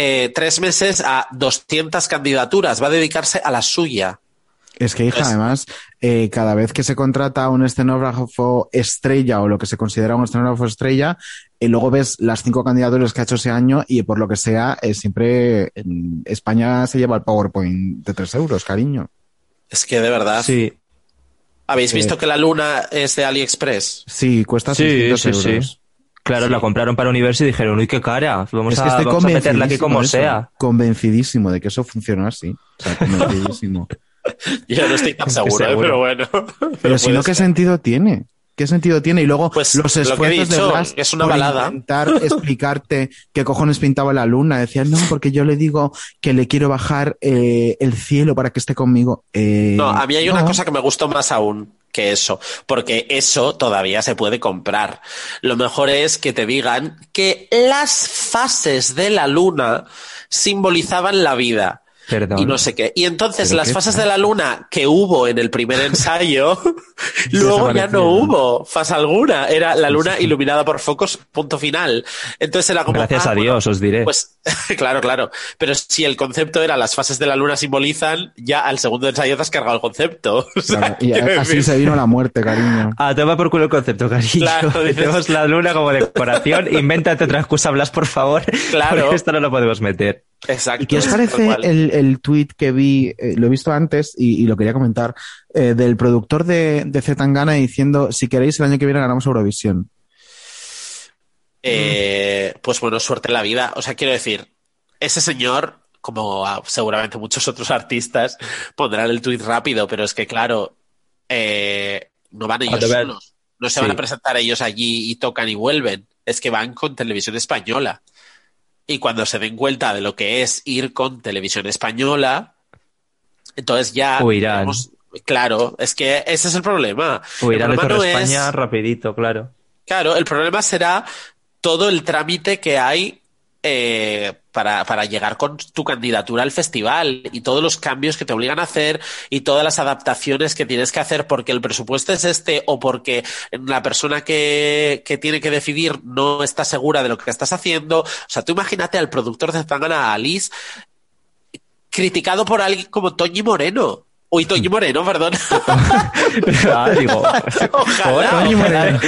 3 meses a 200 candidaturas, va a dedicarse a la suya. Es que, hija, además, cada vez que se contrata un escenógrafo estrella o lo que se considera un escenógrafo estrella, luego ves las 5 candidaturas que ha hecho ese año y por lo que sea, siempre en España se lleva el PowerPoint de 3 euros, cariño. Es que de verdad. Sí. ¿Habéis visto que la luna es de AliExpress? Sí, cuesta 600 euros. Sí. Claro, la compraron para Universo y dijeron, uy, qué cara, vamos a meterla aquí como sea. Convencidísimo de que eso funcionó así. O sea, convencidísimo. Yo no estoy tan seguro, pero bueno. Pero si no, ¿qué sentido tiene? ¿Qué sentido tiene? Y luego pues los esfuerzos de Blas es una balada. Intentar explicarte qué cojones pintaba la luna. Decía, no, porque yo le digo que le quiero bajar el cielo para que esté conmigo. No, a mí hay una cosa que me gustó más aún que eso, porque eso todavía se puede comprar. Lo mejor es que te digan que las fases de la luna simbolizaban la vida. Perdón. Y no sé qué. Y entonces las fases de la luna que hubo en el primer ensayo, luego ya no hubo fase alguna. Era la luna iluminada por focos, punto final. Entonces era como... Gracias a Dios, os diré. Pues, claro. Pero si el concepto era las fases de la luna simbolizan, ya al segundo ensayo te has cargado el concepto. O sea, claro, y así se vino la muerte, cariño. Toma por culo el concepto, cariño. Claro, tenemos la luna como decoración. Invéntate otra excusa, Blas, por favor. Claro. Porque esto no lo podemos meter. Exacto. ¿Y qué os parece el tuit que vi, lo he visto antes y lo quería comentar, del productor de Zetangana diciendo, si queréis el año que viene ganamos Eurovisión? pues bueno, suerte en la vida. O sea, quiero decir, ese señor, como seguramente muchos otros artistas, pondrán el tuit rápido, pero es que claro, no van ellos solos. No se van a presentar ellos allí y tocan y vuelven. Es que van con Televisión Española. Y cuando se den cuenta de lo que es ir con Televisión Española, entonces ya... Huirán. Claro, es que ese es el problema. Huirán de Torre no España rapidito, claro. Claro, el problema será todo el trámite que hay para llegar con tu candidatura al festival y todos los cambios que te obligan a hacer y todas las adaptaciones que tienes que hacer porque el presupuesto es este o porque la persona que tiene que decidir no está segura de lo que estás haciendo. O sea, tú imagínate al productor de Zetangana, Alice, criticado por alguien como Toñi Moreno. Uy, Toñi Moreno, perdón. Digo, ojalá. Toñi Moreno.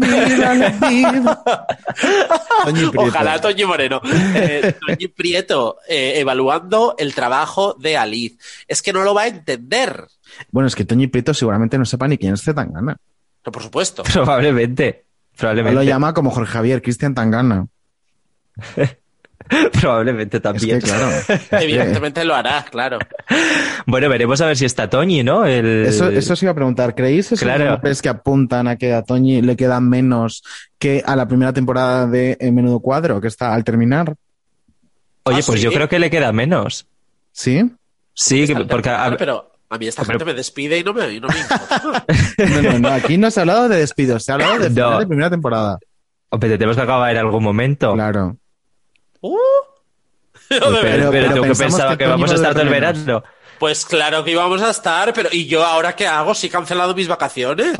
Ojalá Toñi Moreno. Toñi Prieto evaluando el trabajo de Alice. Es que no lo va a entender. Bueno, es que Toñi Prieto seguramente no sepa ni quién es Zetangana. No, por supuesto. Probablemente. Lo llama como Jorge Javier, Cristian Tangana. Probablemente también. Es que, claro. Evidentemente lo hará, claro. Bueno, veremos a ver si está Toñi, ¿no? Eso os iba a preguntar. ¿Creéis esos nombres que apuntan a que a Toñi le quedan menos que a la primera temporada de Menudo Cuadro, que está al terminar? Oye, pues ¿sí? yo creo que le queda menos. ¿Sí? Sí, porque... Pero a mí esta gente me despide y no me importa. No, aquí no se ha hablado de despidos, se ha hablado de final de primera temporada. Hombre, tenemos que acabar en algún momento. Claro. Pero tú que pensabas que vamos a estar todo el verano. Pues claro que íbamos a estar, pero ¿y yo ahora qué hago? ¿Si he cancelado mis vacaciones?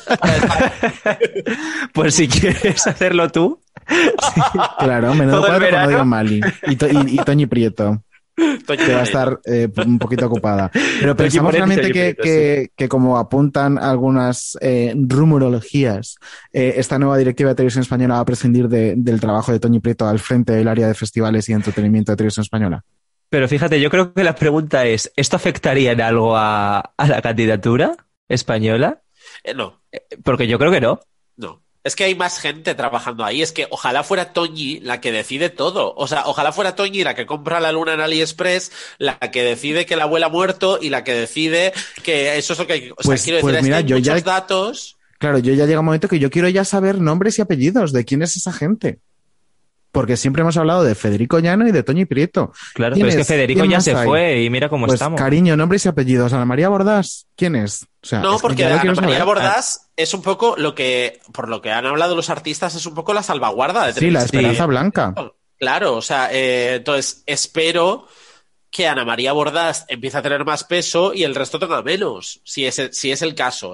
Pues si quieres hacerlo tú. Sí, claro, Menudo Cuadro con Odio Mali y Toñi Prieto. Que va a estar un poquito ocupada. Pero pensamos realmente que como apuntan algunas rumorologías, esta nueva directiva de Televisión Española va a prescindir del trabajo de Toñi Prieto al frente del área de festivales y entretenimiento de Televisión Española. Pero fíjate, yo creo que la pregunta es, ¿esto afectaría en algo a la candidatura española? No. Porque yo creo que no. No. Es que hay más gente trabajando ahí. Es que ojalá fuera Toñi la que decide todo. O sea, ojalá fuera Toñi la que compra la luna en AliExpress, la que decide que la abuela ha muerto y la que decide que eso es lo que hay. O sea, quiero decir, mira, es que hay muchos datos. Claro, yo ya llega un momento que yo quiero ya saber nombres y apellidos de quién es esa gente. Porque siempre hemos hablado de Federico Llano y de Toñi Prieto. Claro, pero es que Federico ya se fue y mira cómo estamos. Cariño, nombres y apellidos. Ana María Bordas, ¿quién es? O sea, no, es porque Ana María Bordas es un poco por lo que han hablado los artistas, es un poco la salvaguarda de Sí, la esperanza blanca. Claro, o sea, entonces espero que Ana María Bordas empiece a tener más peso y el resto tenga menos, si es el caso,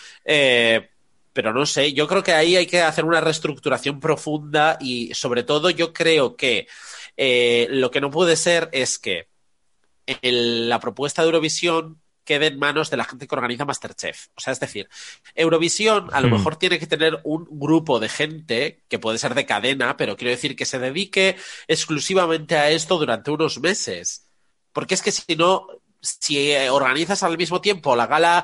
pero no sé, yo creo que ahí hay que hacer una reestructuración profunda y sobre todo yo creo que lo que no puede ser es que la propuesta de Eurovisión quede en manos de la gente que organiza MasterChef. O sea, es decir, Eurovisión a lo mejor tiene que tener un grupo de gente que puede ser de cadena, pero quiero decir que se dedique exclusivamente a esto durante unos meses. Porque es que si no... Si organizas al mismo tiempo la gala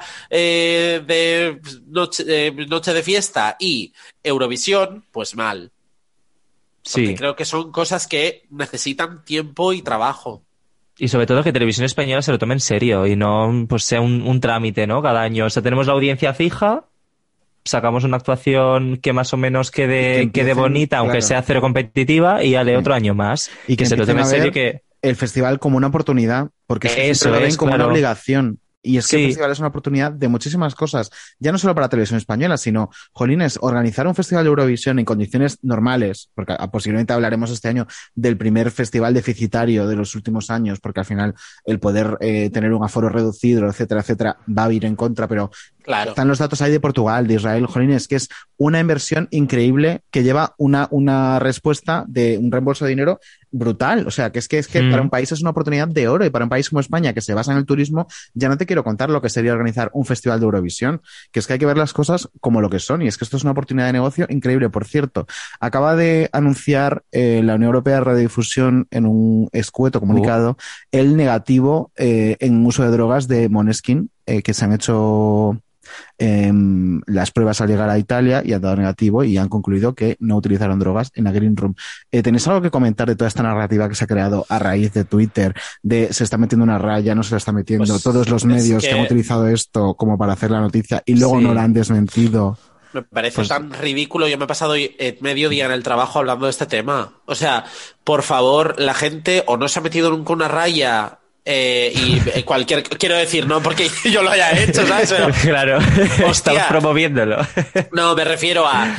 de noche de fiesta y Eurovisión, pues mal. Porque Sí. creo que son cosas que necesitan tiempo y trabajo. Y sobre todo que Televisión Española se lo tome en serio y no pues sea un trámite, ¿no? Cada año. O sea, tenemos la audiencia fija, sacamos una actuación que más o menos quede bonita, aunque sea cero competitiva, y dale otro año más. Y que se lo tome en serio que... el festival como una oportunidad, porque eso lo ven es, como claro. una obligación. Y es que Sí. el festival es una oportunidad de muchísimas cosas, ya no solo para Televisión Española, sino, jolines, organizar un festival de Eurovisión en condiciones normales, porque posiblemente hablaremos este año del primer festival deficitario de los últimos años, porque al final el poder tener un aforo reducido, etcétera, etcétera, va a ir en contra, pero Claro. están los datos ahí de Portugal, de Israel, jolines, que es una inversión increíble que lleva una respuesta de un reembolso de dinero brutal. O sea, que es que para un país es una oportunidad de oro, y para un país como España, que se basa en el turismo, ya no te quiero contar lo que sería organizar un festival de Eurovisión, que es que hay que ver las cosas como lo que son, y es que esto es una oportunidad de negocio increíble. Por cierto, acaba de anunciar la Unión Europea de Radiodifusión en un escueto comunicado el negativo en uso de drogas de Måneskin, que se han hecho las pruebas al llegar a Italia y han dado negativo y han concluido que no utilizaron drogas en la Green Room. ¿Tenéis algo que comentar de toda esta narrativa que se ha creado a raíz de Twitter, de se está metiendo una raya, no se la está metiendo, Pues todos los medios que han utilizado esto como para hacer la noticia y luego no la han desmentido? Me parece tan ridículo. Yo me he pasado medio día en el trabajo hablando de este tema. O sea, por favor, la gente o no se ha metido nunca una raya y cualquier... Quiero decir, no porque yo lo haya hecho, ¿sabes? Pero, claro, hostia, estamos promoviéndolo. No, me refiero a...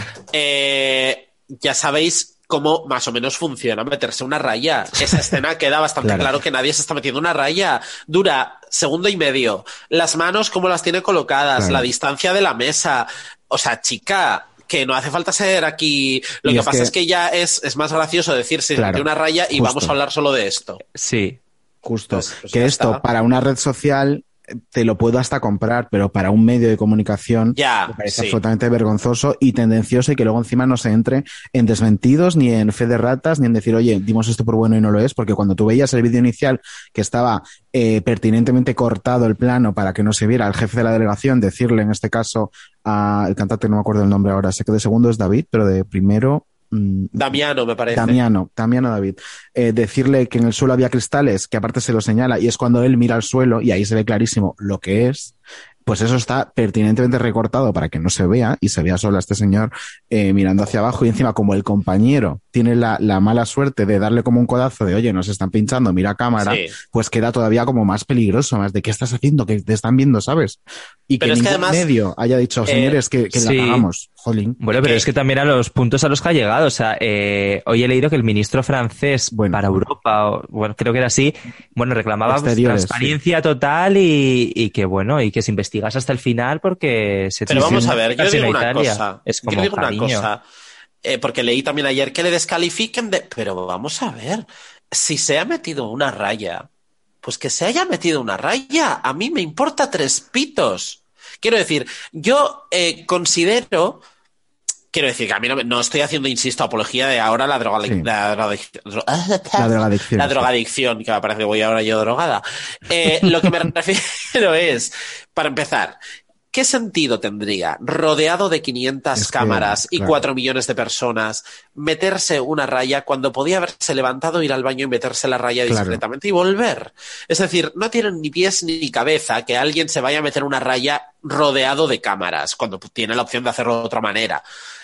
ya sabéis cómo más o menos funciona meterse una raya. Esa escena queda bastante claro que nadie se está metiendo una raya. Dura segundo y medio. Las manos cómo las tiene colocadas, la distancia de la mesa... O sea, chica, que no hace falta ser aquí... Lo que pasa es que ya es más gracioso decir se metió una raya y vamos a hablar solo de esto. Sí. Justo. Pues que esto, para una red social, te lo puedo hasta comprar, pero para un medio de comunicación me parece absolutamente vergonzoso y tendencioso, y que luego encima no se entre en desmentidos, ni en fe de ratas, ni en decir, oye, dimos esto por bueno y no lo es, porque cuando tú veías el vídeo inicial que estaba pertinentemente cortado el plano para que no se viera al jefe de la delegación, decirle en este caso al cantante, no me acuerdo el nombre ahora, sé que de segundo es David, pero de primero... Damiano, me parece. Damiano David. Decirle que en el suelo había cristales, que aparte se lo señala, y es cuando él mira al suelo y ahí se ve clarísimo lo que es. Pues eso está pertinentemente recortado para que no se vea y se vea solo a este señor mirando hacia abajo, y encima como el compañero tiene la mala suerte de darle como un codazo de oye, nos están pinchando, mira a cámara, pues queda todavía como más peligroso, más de qué estás haciendo, que te están viendo, ¿sabes? Y pero que ningún además, medio haya dicho, señores, que la hagamos. Jolín. Bueno, pero es que también a los puntos a los que ha llegado, o sea, hoy he leído que el ministro francés para Europa, creo que era así, reclamaba transparencia total y que bueno, y que se investigase hasta el final porque se... Pero vamos a ver, yo digo una cosa, porque leí también ayer que le descalifiquen pero vamos a ver, si se ha metido una raya, pues que se haya metido una raya, a mí me importa 3 pitos. Quiero decir, yo considero... Quiero decir que a mí no estoy haciendo, insisto, apología de ahora la drogadicción, que me parece que voy ahora yo drogada. Lo que me refiero es, para empezar, ¿qué sentido tendría, rodeado de 500 cámaras y 4 millones de personas, meterse una raya cuando podía haberse levantado, ir al baño y meterse la raya discretamente y volver? Es decir, no tienen ni pies ni cabeza que alguien se vaya a meter una raya rodeado de cámaras cuando tiene la opción de hacerlo de otra manera.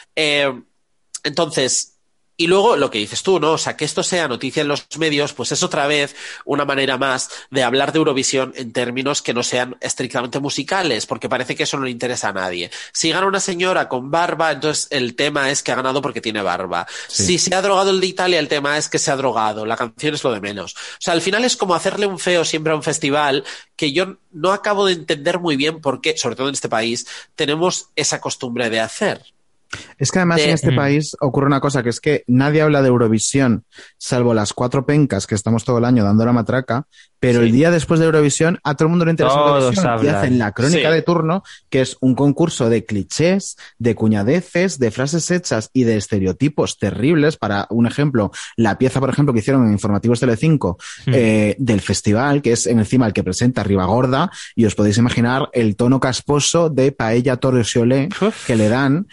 Entonces, y luego lo que dices tú, ¿no? O sea, que esto sea noticia en los medios, pues es otra vez una manera más de hablar de Eurovisión en términos que no sean estrictamente musicales, porque parece que eso no le interesa a nadie. Si gana una señora con barba, entonces el tema es que ha ganado porque tiene barba. Si se ha drogado el de Italia, el tema es que se ha drogado. La canción es lo de menos. O sea, al final es como hacerle un feo siempre a un festival que yo no acabo de entender muy bien por qué, sobre todo en este país, tenemos esa costumbre de hacer. Es que además en este país ocurre una cosa, que es que nadie habla de Eurovisión, salvo las 4 pencas que estamos todo el año dando la matraca, pero el día después de Eurovisión a todo el mundo le interesa Eurovisión y hacen la crónica de turno, que es un concurso de clichés, de cuñadeces, de frases hechas y de estereotipos terribles. Para un ejemplo, la pieza, por ejemplo, que hicieron en Informativos Telecinco del festival, que es encima el que presenta Ribagorda, y os podéis imaginar el tono casposo de paella torre que le dan.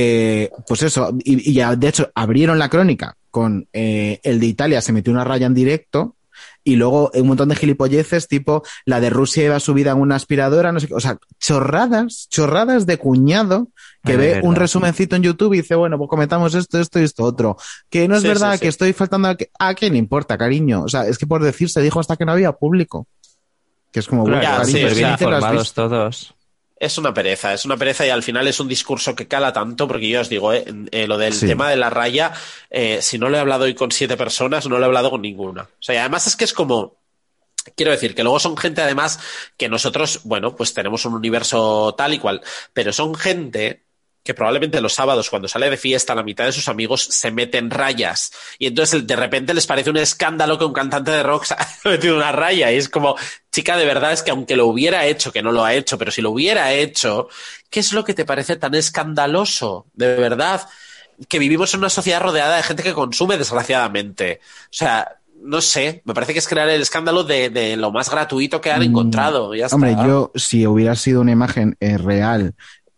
Pues eso, y ya de hecho abrieron la crónica con el de Italia se metió una raya en directo, y luego un montón de gilipolleces tipo la de Rusia iba subida en una aspiradora, no sé qué, o sea, chorradas de cuñado que ve un resumencito en YouTube y dice, bueno, pues comentamos esto y esto otro, que no es verdad, que estoy faltando a quién importa, cariño, o sea, es que por decir se dijo hasta que no había público, que es como bueno, cariño, bien informados todos. Es una pereza y al final es un discurso que cala tanto, porque yo os digo, lo del tema de la raya, si no lo he hablado hoy con 7 personas, no lo he hablado con ninguna. O sea, y además es que es como, quiero decir, que luego son gente además que nosotros, bueno, pues tenemos un universo tal y cual, pero son gente que probablemente los sábados cuando sale de fiesta la mitad de sus amigos se meten rayas y entonces de repente les parece un escándalo que un cantante de rock se ha metido una raya y es como, chica, de verdad es que aunque lo hubiera hecho, que no lo ha hecho, pero si lo hubiera hecho, ¿qué es lo que te parece tan escandaloso? De verdad, que vivimos en una sociedad rodeada de gente que consume, desgraciadamente. O sea, no sé, me parece que es crear el escándalo de lo más gratuito que han encontrado. Ya hombre, está. yo, si hubiera sido una imagen real,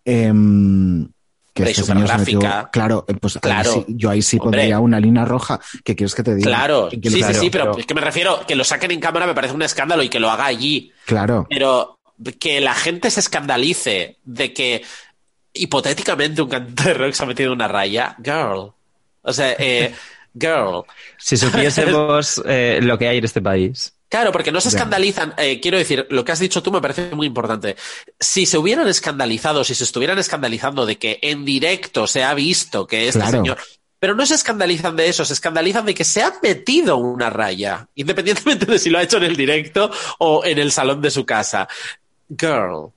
que de este señor se metió, supergráfica. claro, pues Claro. ahí sí, yo ahí sí Hombre. pondría una línea roja. ¿Qué quieres que te diga? Claro, Que sí, claro, sí, pero es que me refiero, que lo saquen en cámara me parece un escándalo y que lo haga allí. Claro. Pero que la gente se escandalice de que hipotéticamente un cantante de rock se ha metido una raya, girl. O sea, girl. Si supiésemos lo que hay en este país. Claro, porque no se Ya. escandalizan. Quiero decir, lo que has dicho tú me parece muy importante. Si se hubieran escandalizado, si se estuvieran escandalizando de que en directo se ha visto que este Claro. señor... Pero no se escandalizan de eso, se escandalizan de que se ha metido una raya, independientemente de si lo ha hecho en el directo o en el salón de su casa. Girl.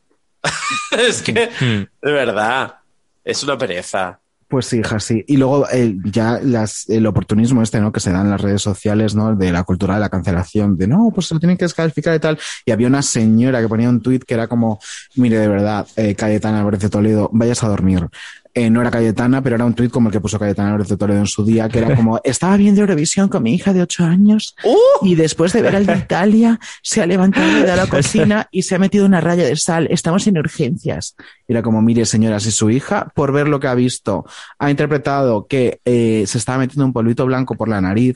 Es que, de verdad, es una pereza. Pues sí, hija, sí. Y luego ya el oportunismo este, ¿no? Que se da en las redes sociales, ¿no? De la cultura de la cancelación, de no, pues se lo tienen que descalificar y tal. Y había una señora que ponía un tuit que era como, mire, de verdad, Cayetana Álvarez de Toledo, vayas a dormir. No era Cayetana, pero era un tuit como el que puso Cayetana Álvarez de Toledo en su día, que era como, estaba viendo Eurovisión con mi hija de 8 años y después de ver al de Italia se ha levantado de la cocina y se ha metido una raya de sal. Estamos en urgencias. Y era como, mire, señora, si su hija, por ver lo que ha visto, ha interpretado que se estaba metiendo un polvito blanco por la nariz,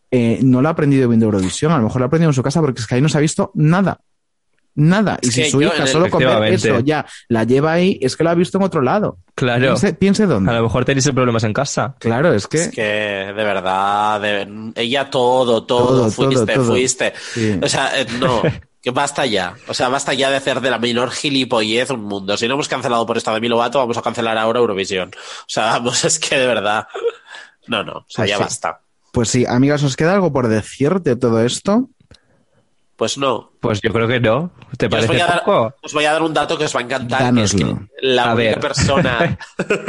no lo ha aprendido viendo Eurovisión, a lo mejor lo ha aprendido en su casa porque es que ahí no se ha visto nada. Nada. Y Es si que su yo, hija solo con ver efectivamente. eso ya la lleva ahí, es que lo ha visto en otro lado. Claro. Piense dónde. A lo mejor tenéis problemas en casa. Claro, es que... Es que, de verdad, ella todo, Todo, fuiste. Sí. O sea, no, que basta ya. O sea, basta ya de hacer de la menor gilipollez un mundo. Si no hemos cancelado por esta de Demi Lovato, vamos a cancelar ahora Eurovisión. O sea, vamos, es que de verdad... No, o sea, Pues ya sí. basta. Pues sí, amigas, ¿os queda algo por decir de todo esto? Pues no. Pues yo creo que no. ¿Te Yo os parece voy, poco? os voy a dar un dato que os va a encantar. Dánoslo. Que es que la A única ver. persona,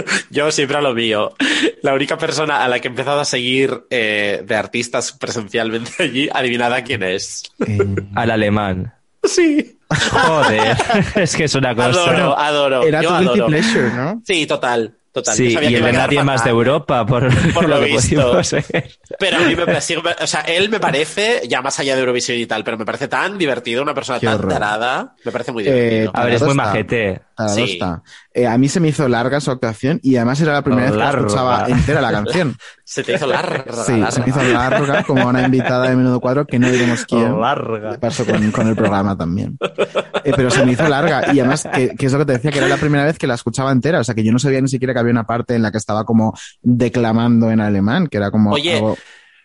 yo siempre a lo mío, la única persona a la que he empezado a seguir de artistas presencialmente allí, adivinad quién es. Al alemán. Sí. Joder, es que es una cosa. Adoro. Era Yo tu guilty adoro. pleasure, ¿no? Sí, total. Sí, Yo sabía y que el iba a de quedar nadie más de fatal. Europa, por Por lo que visto. pudimos ver. Pero a mí o sea, él me parece, ya más allá de Eurovisión y tal, pero me parece tan divertido, una persona Qué tan horror. tarada, me parece muy divertido. A ver, es muy Tarado está. majete. Tarado Sí. está. A mí se me hizo larga su actuación y además era la primera vez que la Larga. escuchaba entera la canción. Se te hizo larga. Sí, se me hizo larga como una invitada de Menudo Cuadro que no diremos quién. Larga. Pasó con el programa también. Pero se me hizo larga y además, que es lo que te decía, que era la primera vez que la escuchaba entera. O sea, que yo no sabía ni siquiera que había una parte en la que estaba como declamando en alemán, que era como Oye, algo...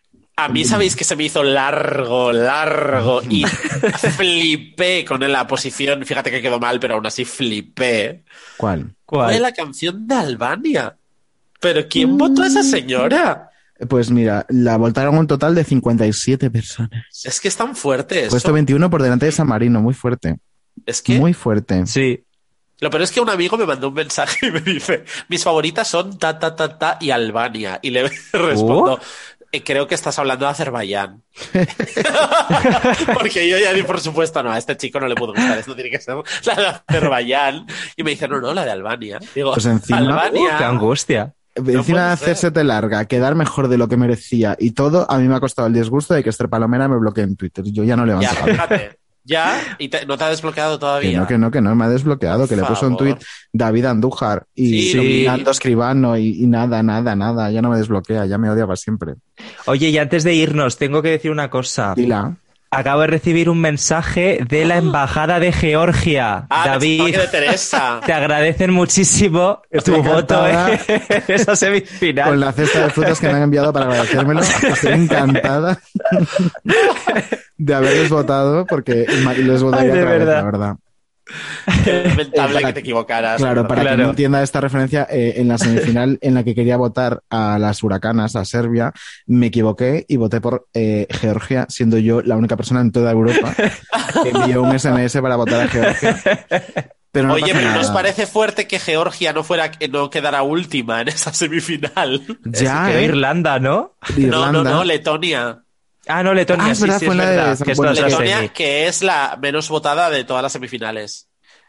A mí sabéis que se me hizo largo y flipé con la posición. Fíjate que quedó mal, pero aún así flipé. ¿Cuál? Fue ¿Cuál? la canción de Albania. ¿Pero quién votó a esa señora? Pues mira, la votaron un total de 57 personas. Es que es tan fuerte Puesto eso. 21 por delante de San Marino, muy fuerte. Es que Muy fuerte. Sí. lo peor es que un amigo me mandó un mensaje y me dice, mis favoritas son ta y Albania. Y le respondo, creo que estás hablando de Azerbaiyán. Porque yo ya di por supuesto, no, a este chico no le pudo gustar, esto tiene que ser la de Azerbaiyán. Y me dice, no, la de Albania. Digo, Pues encima- Albania. Qué angustia. Encima puede de hacérsete larga, quedar mejor de lo que merecía y todo, a mí me ha costado el disgusto de que Esther Palomera me bloquee en Twitter. Yo ya no levanto Ya, cabeza. fíjate. Ya, y no te ha desbloqueado todavía. Que no, me ha desbloqueado, que le puso un favor. tuit David Andújar y Sí, Nando Escribano y nada, ya no me desbloquea, ya me odia para siempre. Oye, y antes de irnos, tengo que decir una cosa. Dila. Acabo de recibir un mensaje de la Embajada de Georgia. David, mensaje de Teresa. te agradecen muchísimo Estoy tu voto encantada. en esa semifinal. Con la cesta de frutas que me han enviado para agradecérmelo, estoy encantada de haberles votado porque les votaría Ay, de otra vez, verdad. la verdad. Es lamentable Para- que te equivocaras. Claro, para Claro. que no entienda esta referencia, en la semifinal en la que quería votar a las huracanas, a Serbia, me equivoqué y voté por Georgia, siendo yo la única persona en toda Europa que envió un SMS para votar a Georgia. Pero no Oye, pasa pero ¿no os nada. parece fuerte que Georgia no quedara última en esa semifinal? Ya, Quedó Irlanda, ¿no? Irlanda. No, Letonia. Ah, no, Letonia, Ah, es sí, verdad, sí, fue es la de verdad. San Que es toda Juan. esa Letonia, semi. que es la menos votada de todas las semifinales.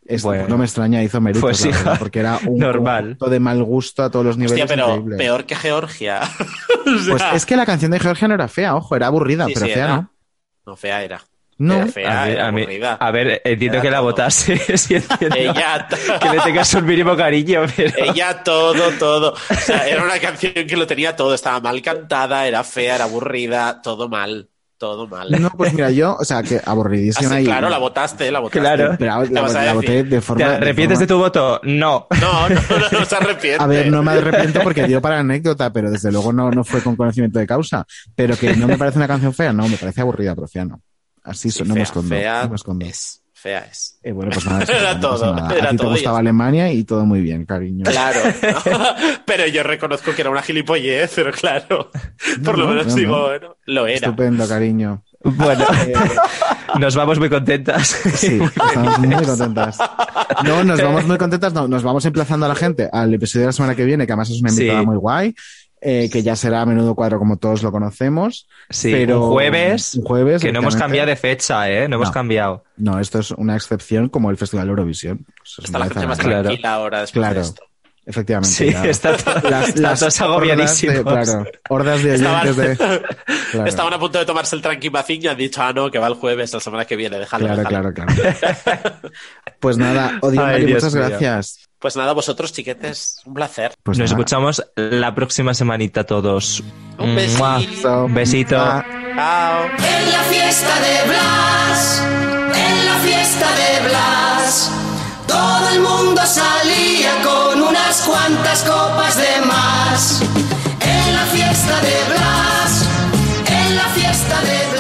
Bueno. No me extraña, hizo méritos, Pues, hija, porque era un normal. conjunto de mal gusto a todos los niveles. Hostia, pero increíble. peor que Georgia. O sea, Pues es que la canción de Georgia no era fea, ojo, era aburrida, sí, pero sí, fea era. No. No, fea era. No. Era fea, era aburrida. A ver, entiendo Era que la todo. votase. Sí, entiendo Ella, que le tengas un mínimo cariño, pero... ella todo. O sea, era una canción que lo tenía todo. Estaba mal cantada, era fea, era aburrida, todo mal. No, pues mira, yo, o sea, que aburridísima. Así, y, claro, la votaste. Claro. Pero ¿Qué vas a la voté decir? de forma... ¿Te arrepientes de tu voto? No. No se arrepiente. A ver, no me arrepiento porque dio para anécdota, pero desde luego no fue con conocimiento de causa. Pero que no me parece una canción fea, no, me parece aburrida, pero fea no. Así Sí, no me fea, escondo. fea No me escondo. Fea es. Bueno, pues nada, Era no todo, pasa nada. era A ti te todo y gustaba ya está. Alemania y todo muy bien, cariño. Claro, ¿no? Pero yo reconozco que era una gilipollez, pero claro, por lo menos digo, bueno, lo era. Estupendo, cariño. Bueno, nos vamos muy contentas. Sí, estamos muy contentas. No, nos vamos muy contentas, no, nos vamos emplazando a la gente al episodio de la semana que viene, que además es una invitada Sí. muy guay, que ya será a Menudo Cuadro como todos lo conocemos. Sí, pero un jueves, que no hemos efectivamente. cambiado de fecha, ¿eh? No hemos cambiado. No, esto es una excepción como el Festival de Eurovisión. Pues Está la gente más Claro. tranquila ahora después Claro. de esto. Efectivamente. Sí, ya. está todos agobiadísimos. Hordas de oyentes de... Claro. Estaban a punto de tomarse el tranquimacín y han dicho, no, que va el jueves, la semana que viene, déjalo. Claro. Pues nada, Odio Ay, Mari, Dios muchas mío. gracias. Pues nada, vosotros, chiquetes, un placer. Pues Nos nada. escuchamos la próxima semanita todos. Un besito. ¡Mua! Un besito. Ah. Chao. En la fiesta de Blas, en la fiesta de Blas, todo el mundo salía con unas cuantas copas de más. En la fiesta de Blas, en la fiesta de Blas.